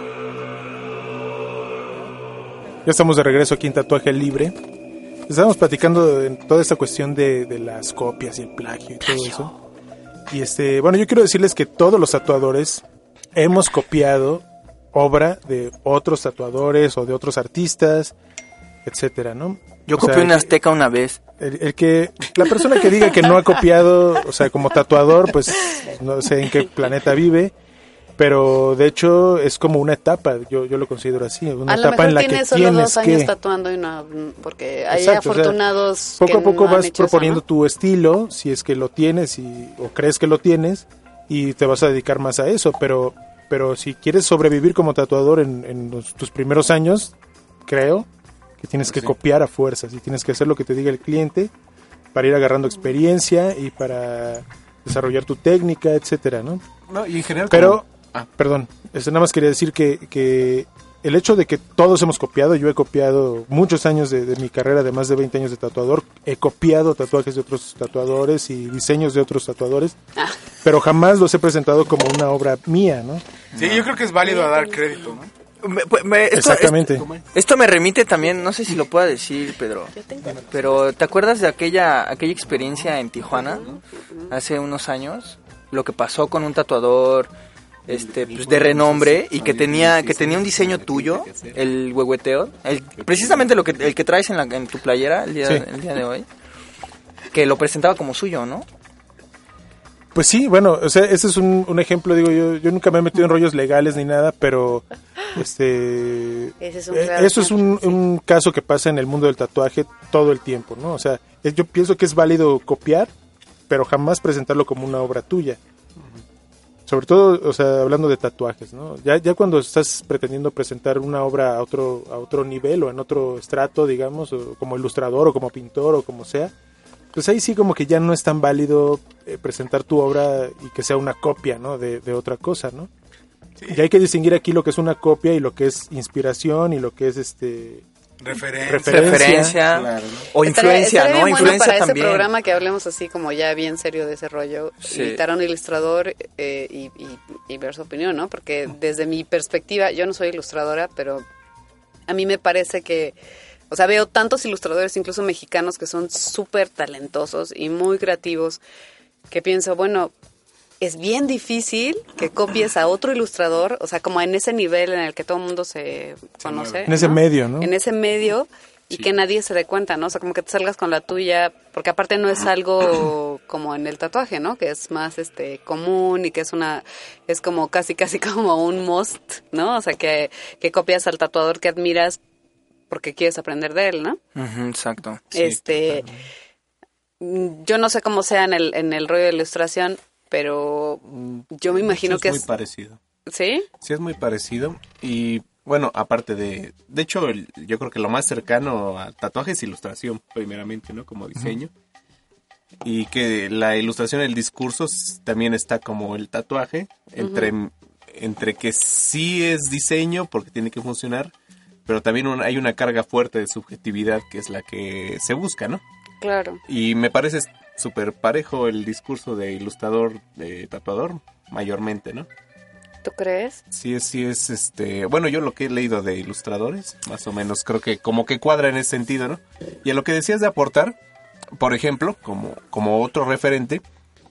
Ya estamos de regreso aquí en Tatuaje Libre. Estábamos platicando de toda esta cuestión de, de las copias y el plagio y todo plagio. Eso. Y este, bueno, yo quiero decirles que todos los tatuadores hemos copiado obra de otros tatuadores o de otros artistas, etcétera, ¿no? Yo o copié sea, una azteca una vez. El, el que la persona que diga que no ha copiado, o sea, como tatuador, pues no sé en qué planeta vive, pero de hecho es como una etapa, yo yo lo considero así, una a lo etapa mejor en la tiene que solo tienes dos años que tatuando y no, porque hay Exacto, afortunados o sea, poco que a poco no han vas hecho proponiendo eso, ¿no? tu estilo, si es que lo tienes y o crees que lo tienes, y te vas a dedicar más a eso, pero pero si quieres sobrevivir como tatuador en, en los, tus primeros años, creo que tienes que Sí. copiar a fuerzas y tienes que hacer lo que te diga el cliente para ir agarrando experiencia y para desarrollar tu técnica, etcétera, ¿no? No, y en general... Pero, como- ah, perdón, este, nada más quería decir que, que el hecho de que todos hemos copiado, yo he copiado muchos años de, de mi carrera, de más de veinte años de tatuador, he copiado tatuajes de otros tatuadores y diseños de otros tatuadores, pero jamás los he presentado como una obra mía, ¿no? Sí, yo creo que es válido dar crédito, ¿no? Me- pues, me- esto, Exactamente. Esto, esto me remite también, no sé si lo pueda decir, Pedro, pero ¿te acuerdas de aquella aquella experiencia en Tijuana hace unos años? Lo que pasó con un tatuador este pues, de renombre y que tenía que tenía un diseño tuyo, el huehueteo, el, precisamente lo que el que traes en, la, en tu playera el día, Sí. el día de hoy, que lo presentaba como suyo, ¿no? Pues sí, bueno, o sea, ese es un, un ejemplo, digo, yo, yo nunca me he metido en rollos legales ni nada, pero este Ese es un eh, claro eso es un, un caso que pasa en el mundo del tatuaje todo el tiempo, ¿no? O sea, es- yo pienso que es válido copiar, pero jamás presentarlo como una obra tuya. Sobre todo, o sea, hablando de tatuajes, ¿no? Ya, ya cuando estás pretendiendo presentar una obra a otro, a otro nivel o en otro estrato, digamos, o como ilustrador o como pintor o como sea, pues ahí sí como que ya no es tan válido eh, presentar tu obra y que sea una copia, ¿no? De, de otra cosa, ¿no? Y hay que distinguir aquí lo que es una copia y lo que es inspiración y lo que es este Referencia. referencia. Referencia Claro, ¿no? o Estaría- influencia, estaría ¿no? bien bueno Influencia para también. ese programa que hablemos así como ya bien serio de ese rollo, Sí. invitar a un ilustrador eh, y, y- y ver su opinión, ¿no? Porque desde mi perspectiva, yo no soy ilustradora, pero a mí me parece que, o sea, veo tantos ilustradores, incluso mexicanos, que son súper talentosos y muy creativos, que pienso, bueno, es bien difícil que copies a otro ilustrador, o sea, como en ese nivel en el que todo el mundo se conoce. En ese ¿no? medio, ¿no? En ese medio y que nadie se dé cuenta, ¿no? O sea, como que te salgas con la tuya, porque aparte no es algo como en el tatuaje, ¿no? Que es más este común y que es una es como casi casi como un must, ¿no? O sea, que, que copias al tatuador que admiras porque quieres aprender de él, ¿no? Ujú, exacto. este mm, yo no sé cómo sea en el en el rollo de ilustración, pero yo me imagino Sí, que es muy es parecido. ¿sí? Sí, es muy parecido. Y bueno, aparte de... De hecho, el- yo creo que lo más cercano a tatuaje es ilustración, primeramente, ¿no? Como diseño. Y que la ilustración, el discurso, s- también está como el tatuaje. Entre, entre que sí es diseño, porque tiene que funcionar, pero también un- hay una carga fuerte de subjetividad que es la que se busca, ¿no? Claro. Y me parece súper parejo el discurso de ilustrador, de tatuador, mayormente, ¿no? ¿Tú crees? Sí es, sí es, este... Bueno, yo lo que he leído de ilustradores, más o menos, creo que como que cuadra en ese sentido, ¿no? Y a lo que decías de aportar, por ejemplo, como, como otro referente,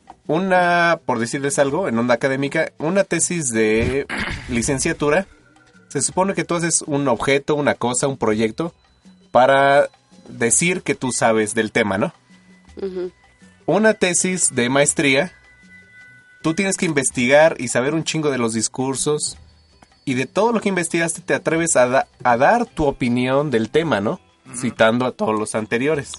una, por decirles algo, en onda académica, una tesis de licenciatura, se supone que tú haces un objeto, una cosa, un proyecto, para decir que tú sabes del tema, ¿no? Ujú. Una tesis de maestría, tú tienes que investigar y saber un chingo de los discursos y de todo lo que investigaste te atreves a, da- a dar tu opinión del tema, ¿no? Citando a todos los anteriores.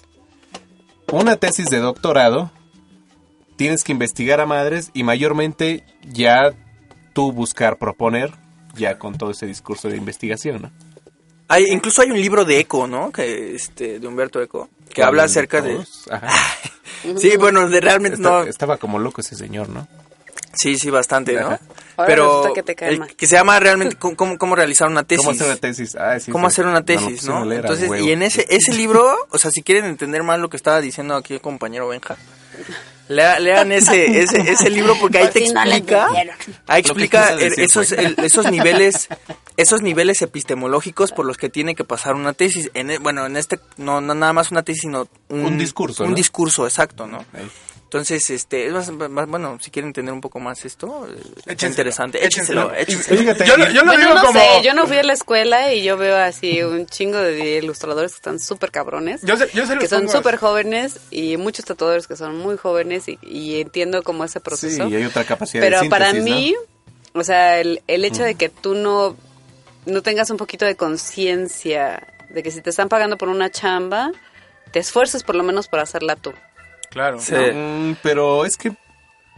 Una tesis de doctorado, tienes que investigar a madres y mayormente ya tú buscar proponer ya con todo ese discurso de investigación, ¿no? Hay, incluso hay un libro de Eco, ¿no? Que este de Humberto Eco, que habla acerca de... Todos. Ajá. Sí, bueno, de realmente Esta- no... Estaba como loco ese señor, ¿no? Sí, sí, bastante, ¿no? Ajá. Ahora Pero resulta que te cae el mal. que se llama realmente cómo, cómo, cómo realizar una tesis. ¿Cómo hacer una tesis? Ah, sí, Cómo sí. hacer una No, tesis, lo ¿no? pusieron a leer a Entonces, huevo. y en ese ese libro, o sea, si quieren entender más lo que estaba diciendo aquí el compañero Benja, lea- lean ese ese ese libro porque ahí Por te si no lo explica, entendieron. ahí Lo que explica quiso decir, el- esos pues. el- esos niveles esos niveles epistemológicos por los que tiene que pasar una tesis. En e- bueno, en este no, no nada más una tesis, sino un, Un discurso, un ¿no? discurso, exacto, ¿no? Ahí. Entonces, este, es más, más- bueno, si quieren entender un poco más esto, eh, está Échenselo, interesante. Échenselo, échenselo. échenselo. Fíjate, Yo, lo- yo lo Bueno, digo no como... sé, yo no fui a la escuela y yo veo así un chingo de ilustradores que están súper cabrones, Yo se, yo se los que son pongo súper así. jóvenes y muchos tatuadores que son muy jóvenes y, y entiendo como ese proceso. Sí, y hay otra capacidad Pero de para síntesis, mí, o sea, el, el hecho de que tú no, no tengas un poquito de conciencia de que si te están pagando por una chamba, te esfuerces por lo menos por hacerla tú. Claro. Sí. ¿no? Mm, pero es que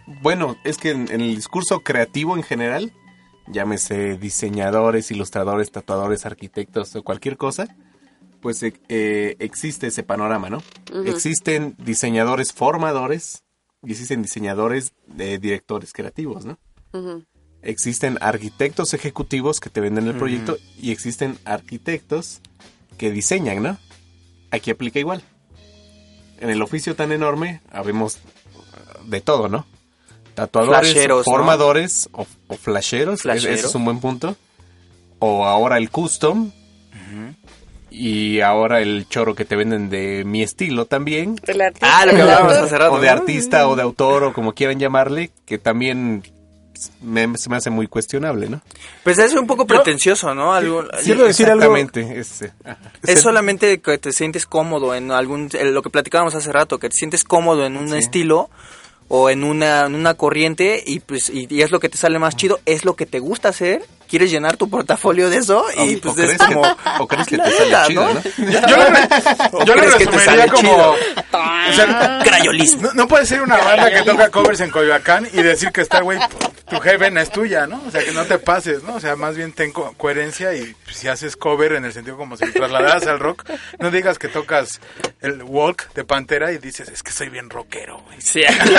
Bueno, es que en, en el discurso creativo en general, llámese diseñadores, ilustradores, tatuadores, arquitectos o cualquier cosa, pues eh, eh, existe ese panorama, ¿no? Uh-huh. Existen diseñadores formadores y existen diseñadores eh, directores creativos, ¿no? Uh-huh. Existen arquitectos ejecutivos que te venden el proyecto uh-huh. y existen arquitectos que diseñan, ¿no? Aquí aplica igual. En el oficio tan enorme habemos de todo, ¿no? Tatuadores, flasheros, formadores, ¿no? o, o flasheros, Flashero. Ese es un buen punto. O ahora el custom. Uh-huh. Y ahora el choro que te venden de mi estilo también. El artista. Ah, lo que hablábamos hace rato. O de artista o de autor o como quieran llamarle, que también me, se me hace muy cuestionable, ¿no? Pues es un poco pretencioso, ¿no? Algo, sí, quiero decir exactamente, algo. Es, es, es solamente que te sientes cómodo en algún, lo que platicábamos hace rato, que te sientes cómodo en un sí. estilo o en una, en una corriente y pues y, y es lo que te sale más chido, es lo que te gusta hacer, quieres llenar tu portafolio de eso y o, pues o es como... Que, o crees que te sale ¿no? chido, ¿no? Yo lo, yo lo resumiría como... O sea, crayolismo. No, no puede ser una banda que toca covers en Coyoacán y decir que está, güey, tu heaven es tuya, ¿no? O sea, que no te pases, ¿no? O sea, más bien ten co- coherencia y pues, si haces cover en el sentido como si trasladaras al rock, no digas que tocas el Walk de Pantera y dices, es que soy bien rockero, güey. Sí.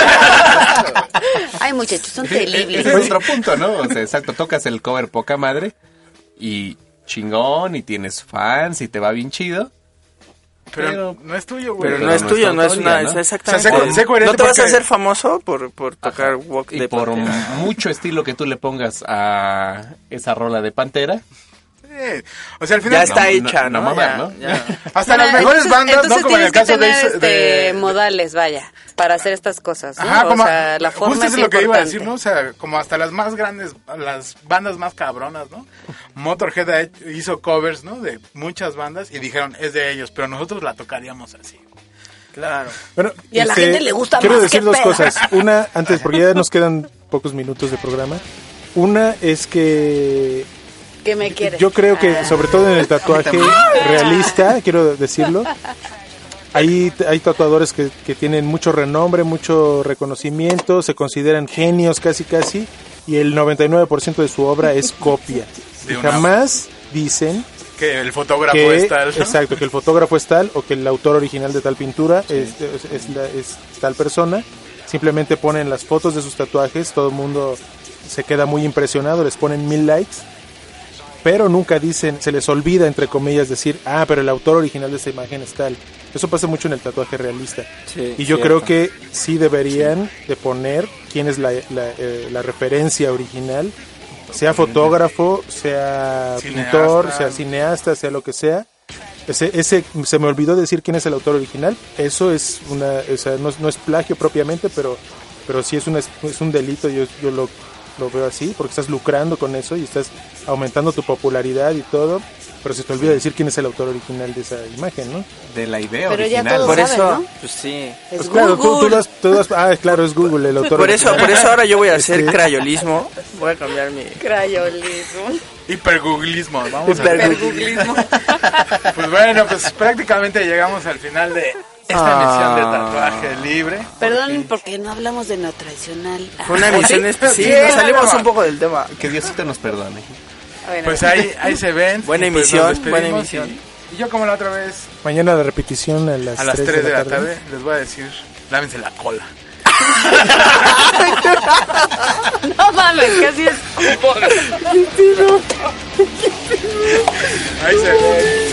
Ay, muchachos, son terribles. Ese es otro punto, ¿no? O sea, exacto, tocas el cover poca madre y chingón y tienes fans y te va bien chido. Pero, pero no es tuyo, güey. Pero, pero no, no es tuyo, no es una... ¿no? Es exactamente. O sea, sé, sé no te vas porque... a hacer famoso por, por tocar Ajá. Walk y de por Pantera. Mucho estilo que tú le pongas a esa rola de Pantera. Sí. O sea, al final... Ya está no, hecha, no, ¿no? no, ya, ¿no? Ya. Hasta bueno, las mejores entonces, bandas, entonces ¿no? Como en el caso tener, de, este, de... modales, vaya, para hacer estas cosas, ¿no? Ajá, o como, sea, la forma justo es es lo que iba a importante. decir, ¿no? O sea, como hasta las más grandes, las bandas más cabronas, ¿no? Motorhead hizo covers, ¿no? De muchas bandas y dijeron, es de ellos, pero nosotros la tocaríamos así. Claro. Bueno, y a este, la gente le gusta quiero más decir que dos peda. cosas. Una, antes, porque ya nos quedan pocos minutos de programa. Una es que... ¿Qué me quieres? Yo creo que, ah. sobre todo en el tatuaje realista, quiero decirlo, hay, hay tatuadores que, que tienen mucho renombre, mucho reconocimiento, se consideran genios casi casi, y el noventa y nueve por ciento de su obra es copia. Y jamás dicen... que el fotógrafo que, es tal, ¿no? Exacto, que el fotógrafo es tal o que el autor original de tal pintura sí. es, es, es, la, es tal persona. Simplemente ponen las fotos de sus tatuajes, todo el mundo se queda muy impresionado, les ponen mil likes, pero nunca dicen, se les olvida entre comillas decir, ah, pero el autor original de esa imagen es tal. Eso pasa mucho en el tatuaje realista. Sí, y yo cierto. creo que sí deberían sí. de poner quién es la, la, eh, la referencia original, sea fotógrafo, sea cineasta. pintor, sea cineasta, sea lo que sea. Ese, ese se me olvidó decir quién es el autor original. Eso es una, o sea, no, no es plagio propiamente, pero, pero sí es, una, es un delito. Yo, yo lo, lo veo así, porque estás lucrando con eso y estás aumentando tu popularidad y todo. Pero se te olvida decir quién es el autor original de esa imagen, ¿no? De la idea pero original. Ya todos por saben, eso, ¿no? pues sí. Pues es claro, tú, tú, das, tú das, ah, claro, es Google el autor por original. eso, por eso ahora yo voy a hacer este... crayolismo. Voy a cambiar mi... Crayolismo. Hipergooglismo. Vamos Hipergooglismo. a Pues bueno, pues prácticamente llegamos al final de esta emisión de Tatuaje Libre. Perdón, porque no hablamos de no tradicional. Fue una emisión ¿Sí? especial. Sí, nos salimos un poco del tema. Que Diosito nos perdone. Bueno, pues ahí, ahí se ven. Buena pues emisión, buena emisión. Y, y yo como la otra vez. Mañana la repetición a las, a las tres tres de la tarde. tarde. Les voy a decir, lávense la cola. No mames, casi es. Ahí se ve.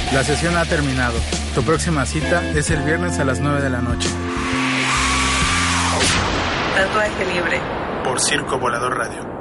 La sesión ha terminado. Tu próxima cita es el viernes a las nueve de la noche. Tatuaje libre. Por Circo Volador Radio.